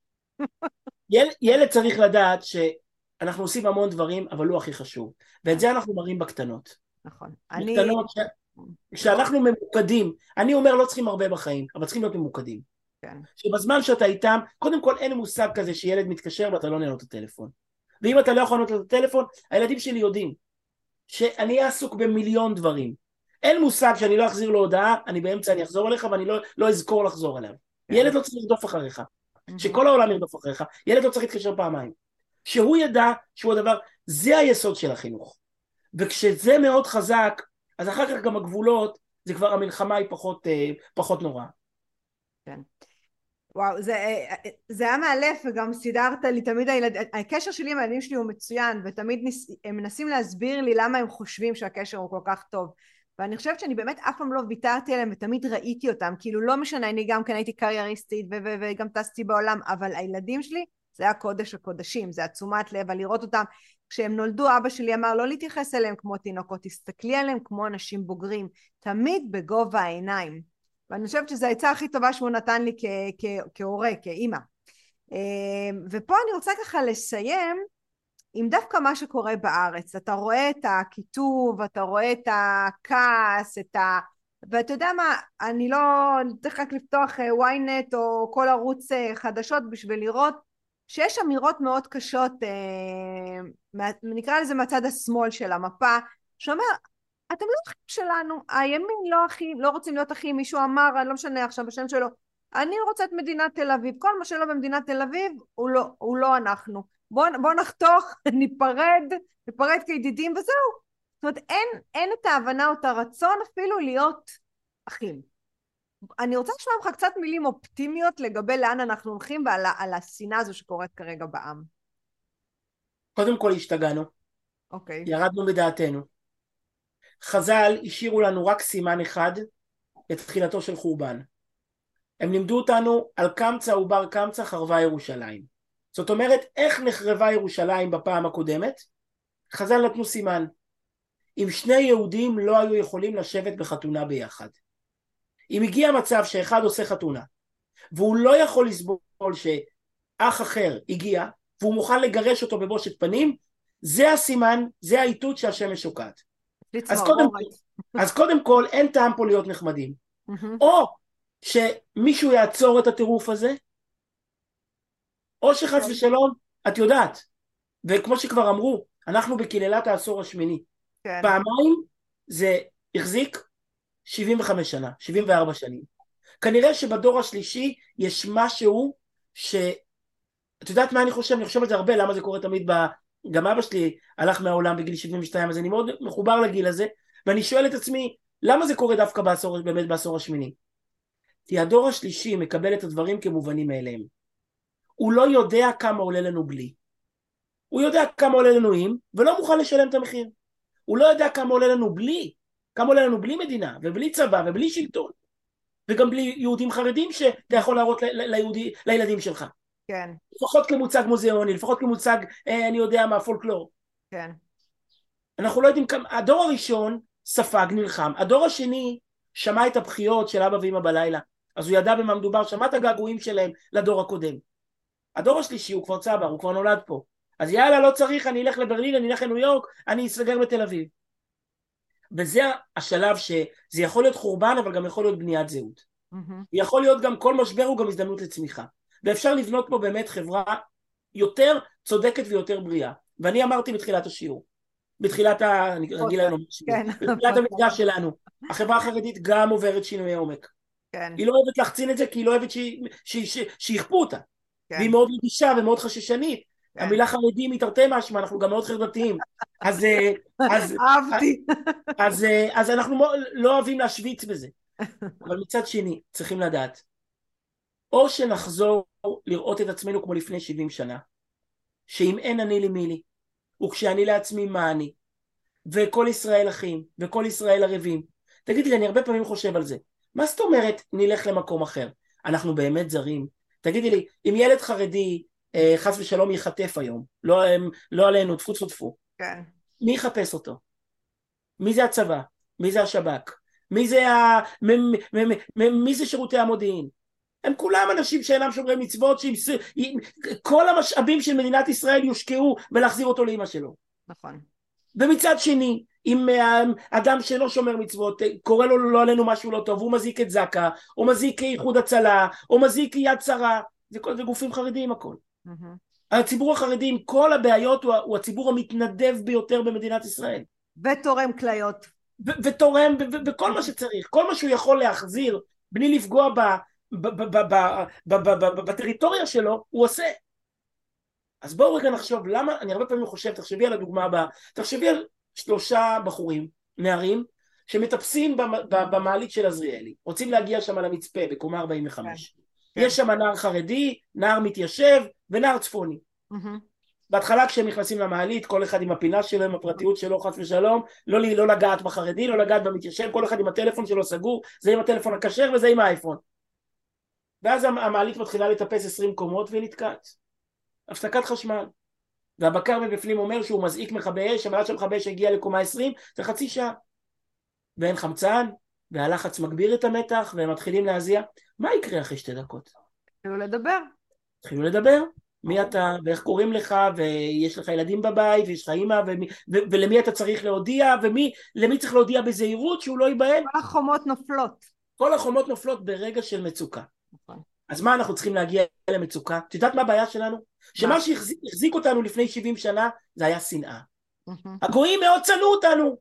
יל, ילד צריך לדעת שאנחנו עושים המון דברים, אבל הוא הכי חשוב. ואת זה אנחנו מראים בקטנות.
נכון.
בקטנות, ש... כשאנחנו ממוקדים, אני אומר לא צריכים הרבה בחיים, אבל צריכים להיות ממוקדים.
כן.
שבזמן שאתה איתם, קודם כל אין מושג כזה שילד מתקשר ואתה לא נהנה את הטלפון. ואם אתה לא יכול לענות את הטלפון, הילדים שלי יודעים שאני אהיה עסוק במיליון דברים. אין מושג שאני לא אחזיר לו הודעה, אני באמצע אני אחזור אליך ואני לא, לא אזכור לחזור אליו. כן. ילד לא צריך לרדוף אחריך. שכל העולם ירדוף אחריך, ילד לא צריך להתקשר פעמיים. שהוא ידע שהוא הדבר, זה היסוד של החינוך. וכשזה מאוד חזק, אז אחר כך גם הגבולות, זה כבר המלחמה היא פחות, פחות נורא.
כן. וואו, זה, זה היה מאלף, וגם סידרת לי תמיד הילד, הקשר שלי עם הילדים שלי הוא מצוין, ותמיד ניס, הם מנסים להסביר לי למה הם חושבים שהקשר הוא כל כך טוב. ואני חושבת שאני באמת אף פעם לא ויתרתי עליהם ותמיד ראיתי אותם, כאילו לא משנה, אני גם כן הייתי קרייריסטית ו- ו- וגם טסתי בעולם, אבל הילדים שלי זה היה קודש הקודשים, זה עצומת לב, לראות אותם. כשהם נולדו אבא שלי אמר לא להתייחס אליהם כמו תינוקות, תסתכלי עליהם כמו אנשים בוגרים, תמיד בגובה העיניים. ואני חושבת שזו העצה הכי טובה שהוא נתן לי כ- כ- כהורה, כאמא. ופה אני רוצה ככה לסיים עם דווקא מה שקורה בארץ. אתה רואה את הכיתוב, אתה רואה את הכעס, את ה... ואתה יודע מה, אני לא צריך רק לפתוח וויינט או כל ערוץ חדשות בשביל לראות שיש אמירות מאוד קשות, נקרא לזה מהצד השמאל של המפה, שאומר, אתם לא אחים שלנו, הימין לא אחים, לא רוצים להיות אחים, מישהו אמר, אני לא משנה עכשיו בשם שלו, אני רוצה את מדינת תל אביב, כל מה שלא במדינת תל אביב הוא לא, הוא לא אנחנו. בוא, בוא נחתוך, ניפרד, ניפרד כידידים וזהו. זאת אומרת, אין, אין את ההבנה או את הרצון אפילו להיות אחים. אני רוצה לשמוע ממך קצת מילים אופטימיות לגבי לאן אנחנו הולכים ועל על השנאה הזו שקורית כרגע בעם.
קודם כל השתגענו.
אוקיי.
ירדנו בדעתנו. חז"ל השאירו לנו רק סימן אחד, את תחילתו של חורבן. הם לימדו אותנו על קמצא ובר קמצא חרבה ירושלים. זאת אומרת, איך נחרבה ירושלים בפעם הקודמת? חז"ל נתנו סימן. אם שני יהודים לא היו יכולים לשבת בחתונה ביחד. אם הגיע מצב שאחד עושה חתונה, והוא לא יכול לסבול שאח אחר הגיע, והוא מוכן לגרש אותו בבושת פנים, זה הסימן, זה האיתות שהשמש שוקעת. אז קודם, אז קודם כל, אין טעם פה להיות נחמדים. או שמישהו יעצור את הטירוף הזה, או שחס ושלום, את יודעת, וכמו שכבר אמרו, אנחנו בקללת העשור השמיני. כן. פעמיים זה החזיק שבעים וחמש שנה, שבעים וארבע שנים. כנראה שבדור השלישי יש משהו ש... את יודעת מה אני חושב? אני חושב על זה הרבה, למה זה קורה תמיד ב... גם אבא שלי הלך מהעולם בגיל שבעים ושתיים, אז אני מאוד מחובר לגיל הזה, ואני שואל את עצמי, למה זה קורה דווקא בעשור, באמת בעשור השמיני? כי הדור השלישי מקבל את הדברים כמובנים מאליהם. הוא לא יודע כמה עולה לנו בלי. הוא יודע כמה עולה לנו עם, ולא מוכן לשלם את המחיר. הוא לא יודע כמה עולה לנו בלי, כמה עולה לנו בלי מדינה, ובלי צבא, ובלי שלטון, וגם בלי יהודים חרדים שאתה יכול להראות ל- ליהודי, לילדים שלך.
כן.
לפחות כמוצג מוזיאוני, לפחות כמוצג, אה, אני יודע מה, פולקלור.
כן.
אנחנו לא יודעים כמה, הדור הראשון ספג, נלחם, הדור השני שמע את הבכיות של אבא ואמא בלילה, אז הוא ידע במה מדובר, שמע את הגעגועים שלהם לדור הקודם. הדור השלישי הוא כבר צבר, הוא כבר נולד פה, אז יאללה, לא צריך, אני אלך לברלין, אני אלך לניו יורק, אני אסגר בתל אביב. וזה השלב שזה יכול להיות חורבן, אבל גם יכול להיות בניית זהות.
Mm-hmm.
יכול להיות גם כל משבר הוא גם הזדמנות לצמיחה. ואפשר לבנות פה באמת חברה יותר צודקת ויותר בריאה. ואני אמרתי בתחילת השיעור, בתחילת ה... אני רגיל היום,
כן.
בתחילת המפגש שלנו, החברה החרדית גם עוברת שינויי עומק.
כן.
היא לא אוהבת להחצין את זה, כי היא לא אוהבת שיכפו אותה.
כן.
והיא מאוד רגישה ומאוד חששנית.
כן.
המילה חרדים היא תרתי משמע, אנחנו גם מאוד חרדתיים. אז, אז,
אהבתי.
אז, אז אנחנו לא אוהבים להשוויץ בזה. אבל מצד שני, צריכים לדעת, או שנחזור לראות את עצמנו כמו לפני שבעים שנה, שאם אין אני לי מי לי, וכשאני לעצמי מה אני, וכל ישראל אחים, וכל ישראל ערבים. תגידי לי, אני הרבה פעמים חושב על זה. מה זאת אומרת נלך למקום אחר? אנחנו באמת זרים. תגידי לי, אם ילד חרדי אה, חס ושלום יחטף היום, לא, הם, לא עלינו, תפו תפו תפו.
כן.
מי יחפש אותו? מי זה הצבא? מי זה השב"כ? מי זה, ה... מ... מ... מ... מ... מי זה שירותי המודיעין? הם כולם אנשים שאינם שומרי מצוות, שימס... כל המשאבים של מדינת ישראל יושקעו בלהחזיר אותו לאמא שלו.
נכון.
ומצד שני, אם אדם שלא שומר מצוות, קורא לו לא עלינו משהו לא טוב, הוא מזיק את זקה, או מזיק איחוד הצלה, או מזיק יד שרה, זה, זה גופים חרדיים הכל. Mm-hmm. הציבור החרדי עם כל הבעיות הוא, הוא הציבור המתנדב ביותר במדינת ישראל.
ותורם כליות.
ו- ותורם בכל מה שצריך, כל מה שהוא יכול להחזיר, בלי לפגוע ב... בטריטוריה שלו, הוא עושה. אז בואו רגע נחשוב, למה, אני הרבה פעמים חושב, תחשבי על הדוגמה הבאה, תחשבי על שלושה בחורים, נערים, שמטפסים במעלית של עזריאלי, רוצים להגיע שם למצפה, בקומה ארבעים וחמש. יש שם נער חרדי, נער מתיישב, ונער צפוני. בהתחלה כשהם נכנסים למעלית, כל אחד עם הפינה שלו, עם הפרטיות שלו, חס ושלום, לא, לא לגעת בחרדי, לא לגעת במתיישב, כל אחד עם הטלפון שלו סגור, זה עם הטלפון הכשר וזה עם האייפון. ואז המעלית מתחילה לטפס עשרים קומות והיא נתקעת. הפסקת חשמל. והבקר מבפנים אומר שהוא מזעיק מכבי אש, אבל עד שמכבי אש הגיע לקומה עשרים, זה חצי שעה. ואין חמצן, והלחץ מגביר את המתח, והם מתחילים להזיע. מה יקרה אחרי שתי דקות?
התחילו לדבר.
התחילו לדבר. מי אתה, ואיך קוראים לך, ויש לך ילדים בבית, ויש לך אימא, ומי, ו, ולמי אתה צריך להודיע, ומי, למי צריך להודיע בזהירות שהוא לא ייבהל?
כל החומות נופלות.
כל החומות נופלות ברגע של מצוקה.
נכון.
אז מה אנחנו צריכים להגיע למצוקה? את יודעת מה הבעיה שלנו? שמה שהחזיק אותנו לפני שבעים שנה, זה היה שנאה. הגויים מאוד שנאו אותנו.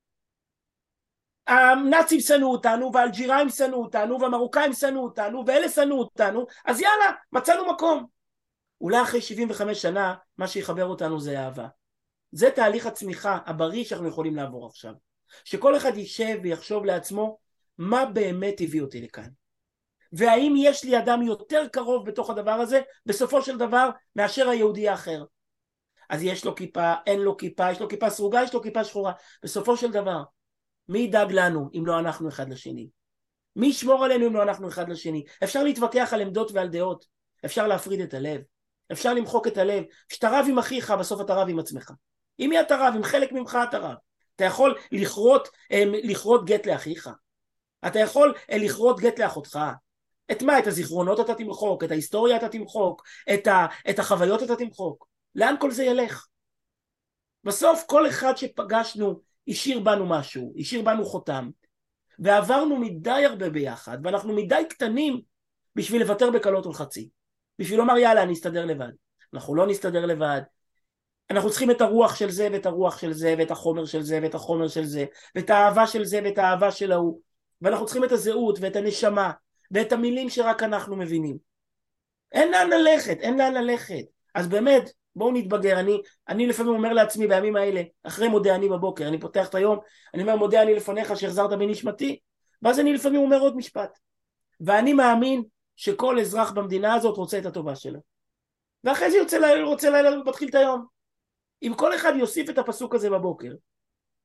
הנאצים שנאו אותנו, והאלג'יראים שנאו אותנו, והמרוקאים שנאו אותנו, ואלה שנאו אותנו, אז יאללה, מצאנו מקום. אולי אחרי שבעים וחמש שנה, מה שיחבר אותנו זה אהבה. זה תהליך הצמיחה הבריא שאנחנו יכולים לעבור עכשיו. שכל אחד יישב ויחשוב לעצמו, מה באמת הביא אותי לכאן? והאם יש לי אדם יותר קרוב בתוך הדבר הזה, בסופו של דבר, מאשר היהודי האחר. אז יש לו כיפה, אין לו כיפה, יש לו כיפה סרוגה, יש לו כיפה שחורה. בסופו של דבר, מי ידאג לנו אם לא אנחנו אחד לשני? מי ישמור עלינו אם לא אנחנו אחד לשני? אפשר להתווכח על עמדות ועל דעות, אפשר להפריד את הלב, אפשר למחוק את הלב. כשאתה רב עם אחיך, בסוף אתה רב עם עצמך. אם מי אתה רב, אם חלק ממך אתה רב. אתה יכול לכרות, לכרות גט לאחיך. אתה יכול לכרות גט לאחותך. את מה? את הזיכרונות אתה תמחוק, את ההיסטוריה אתה תמחוק, את, ה, את החוויות אתה תמחוק. לאן כל זה ילך? בסוף כל אחד שפגשנו השאיר בנו משהו, השאיר בנו חותם, ועברנו מדי הרבה ביחד, ואנחנו מדי קטנים בשביל לוותר בקלות ולחצי. בשביל לומר יאללה אני אסתדר לבד. אנחנו לא נסתדר לבד. אנחנו צריכים את הרוח של זה ואת הרוח של זה ואת החומר של זה ואת החומר של זה ואת האהבה של זה ואת האהבה של ההוא. ואנחנו צריכים את הזהות ואת הנשמה ואת המילים שרק אנחנו מבינים. אין לאן ללכת, אין לאן ללכת. אז באמת, בואו נתבגר. אני, אני לפעמים אומר לעצמי בימים האלה, אחרי מודה אני בבוקר, אני פותח את היום, אני אומר מודה אני לפניך שהחזרת בי נשמתי, ואז אני לפעמים אומר עוד משפט. ואני מאמין שכל אזרח במדינה הזאת רוצה את הטובה שלה. ואחרי זה יוצא לילה, רוצה לילה, מתחיל את היום. אם כל אחד יוסיף את הפסוק הזה בבוקר,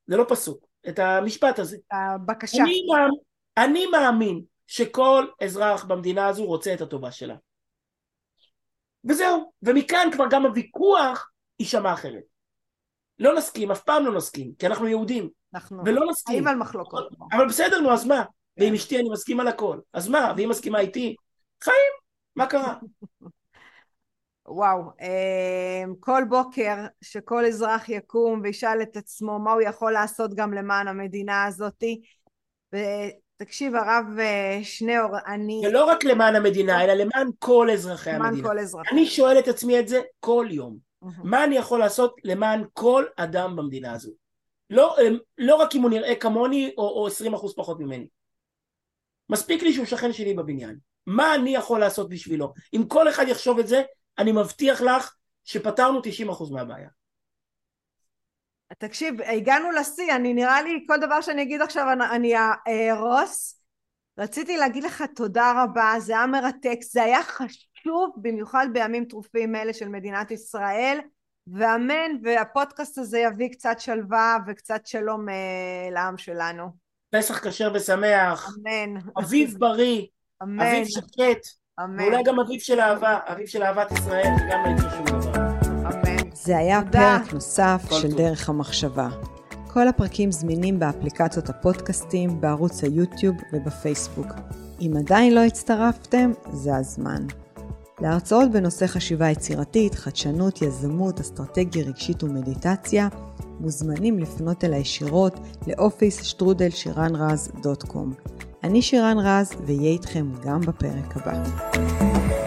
זה לא פסוק, את המשפט הזה.
הבקשה.
אני, אני מאמין שכל אזרח במדינה הזו רוצה את הטובה שלה. וזהו, ומכאן כבר גם הוויכוח יישמע אחרת. לא נסכים, אף פעם לא נסכים, כי אנחנו יהודים.
אנחנו
ולא נסכים.
חיים על מחלוקות.
אבל בסדר, נו, אז מה? ועם אשתי אני מסכים על הכל. אז מה? והיא מסכימה איתי? חיים, מה קרה?
וואו, כל בוקר שכל אזרח יקום וישאל את עצמו מה הוא יכול לעשות גם למען המדינה הזאת. ותקשיב, הרב שניאור, אני...
ולא רק למען המדינה, אלא למען כל אזרחי המדינה.
כל אזרחי.
אני שואל את עצמי את זה כל יום. מה אני יכול לעשות למען כל אדם במדינה הזו? לא, לא רק אם הוא נראה כמוני או, או עשרים אחוז פחות ממני. מספיק לי שהוא שכן שלי בבניין. מה אני יכול לעשות בשבילו? אם כל אחד יחשוב את זה, אני מבטיח לך שפתרנו תשעים אחוז מהבעיה.
תקשיב, הגענו לשיא, אני נראה לי כל דבר שאני אגיד עכשיו אני ארוס. רציתי להגיד לך תודה רבה, זה היה מרתק, זה היה חשוב במיוחד בימים טרופים אלה של מדינת ישראל, ואמן, והפודקאסט הזה יביא קצת שלווה וקצת שלום לעם שלנו.
פסח כשר ושמח.
אמן.
אביב בריא.
אמן.
אביב שקט.
אמן.
ואולי גם אביב של אהבה, אביב של אהבת ישראל, וגם לא יקרה שום דבר.
אמן. זה היה תודה. פרק נוסף של טוב. דרך המחשבה. כל הפרקים זמינים באפליקציות הפודקאסטים, בערוץ היוטיוב ובפייסבוק. אם עדיין לא הצטרפתם, זה הזמן. להרצאות בנושא חשיבה יצירתית, חדשנות, יזמות, אסטרטגיה רגשית ומדיטציה, מוזמנים לפנות אל הישירות לאופיס שטרודל שירן רז דוט קום. אני שירן רז, ויהיה איתכם גם בפרק הבא.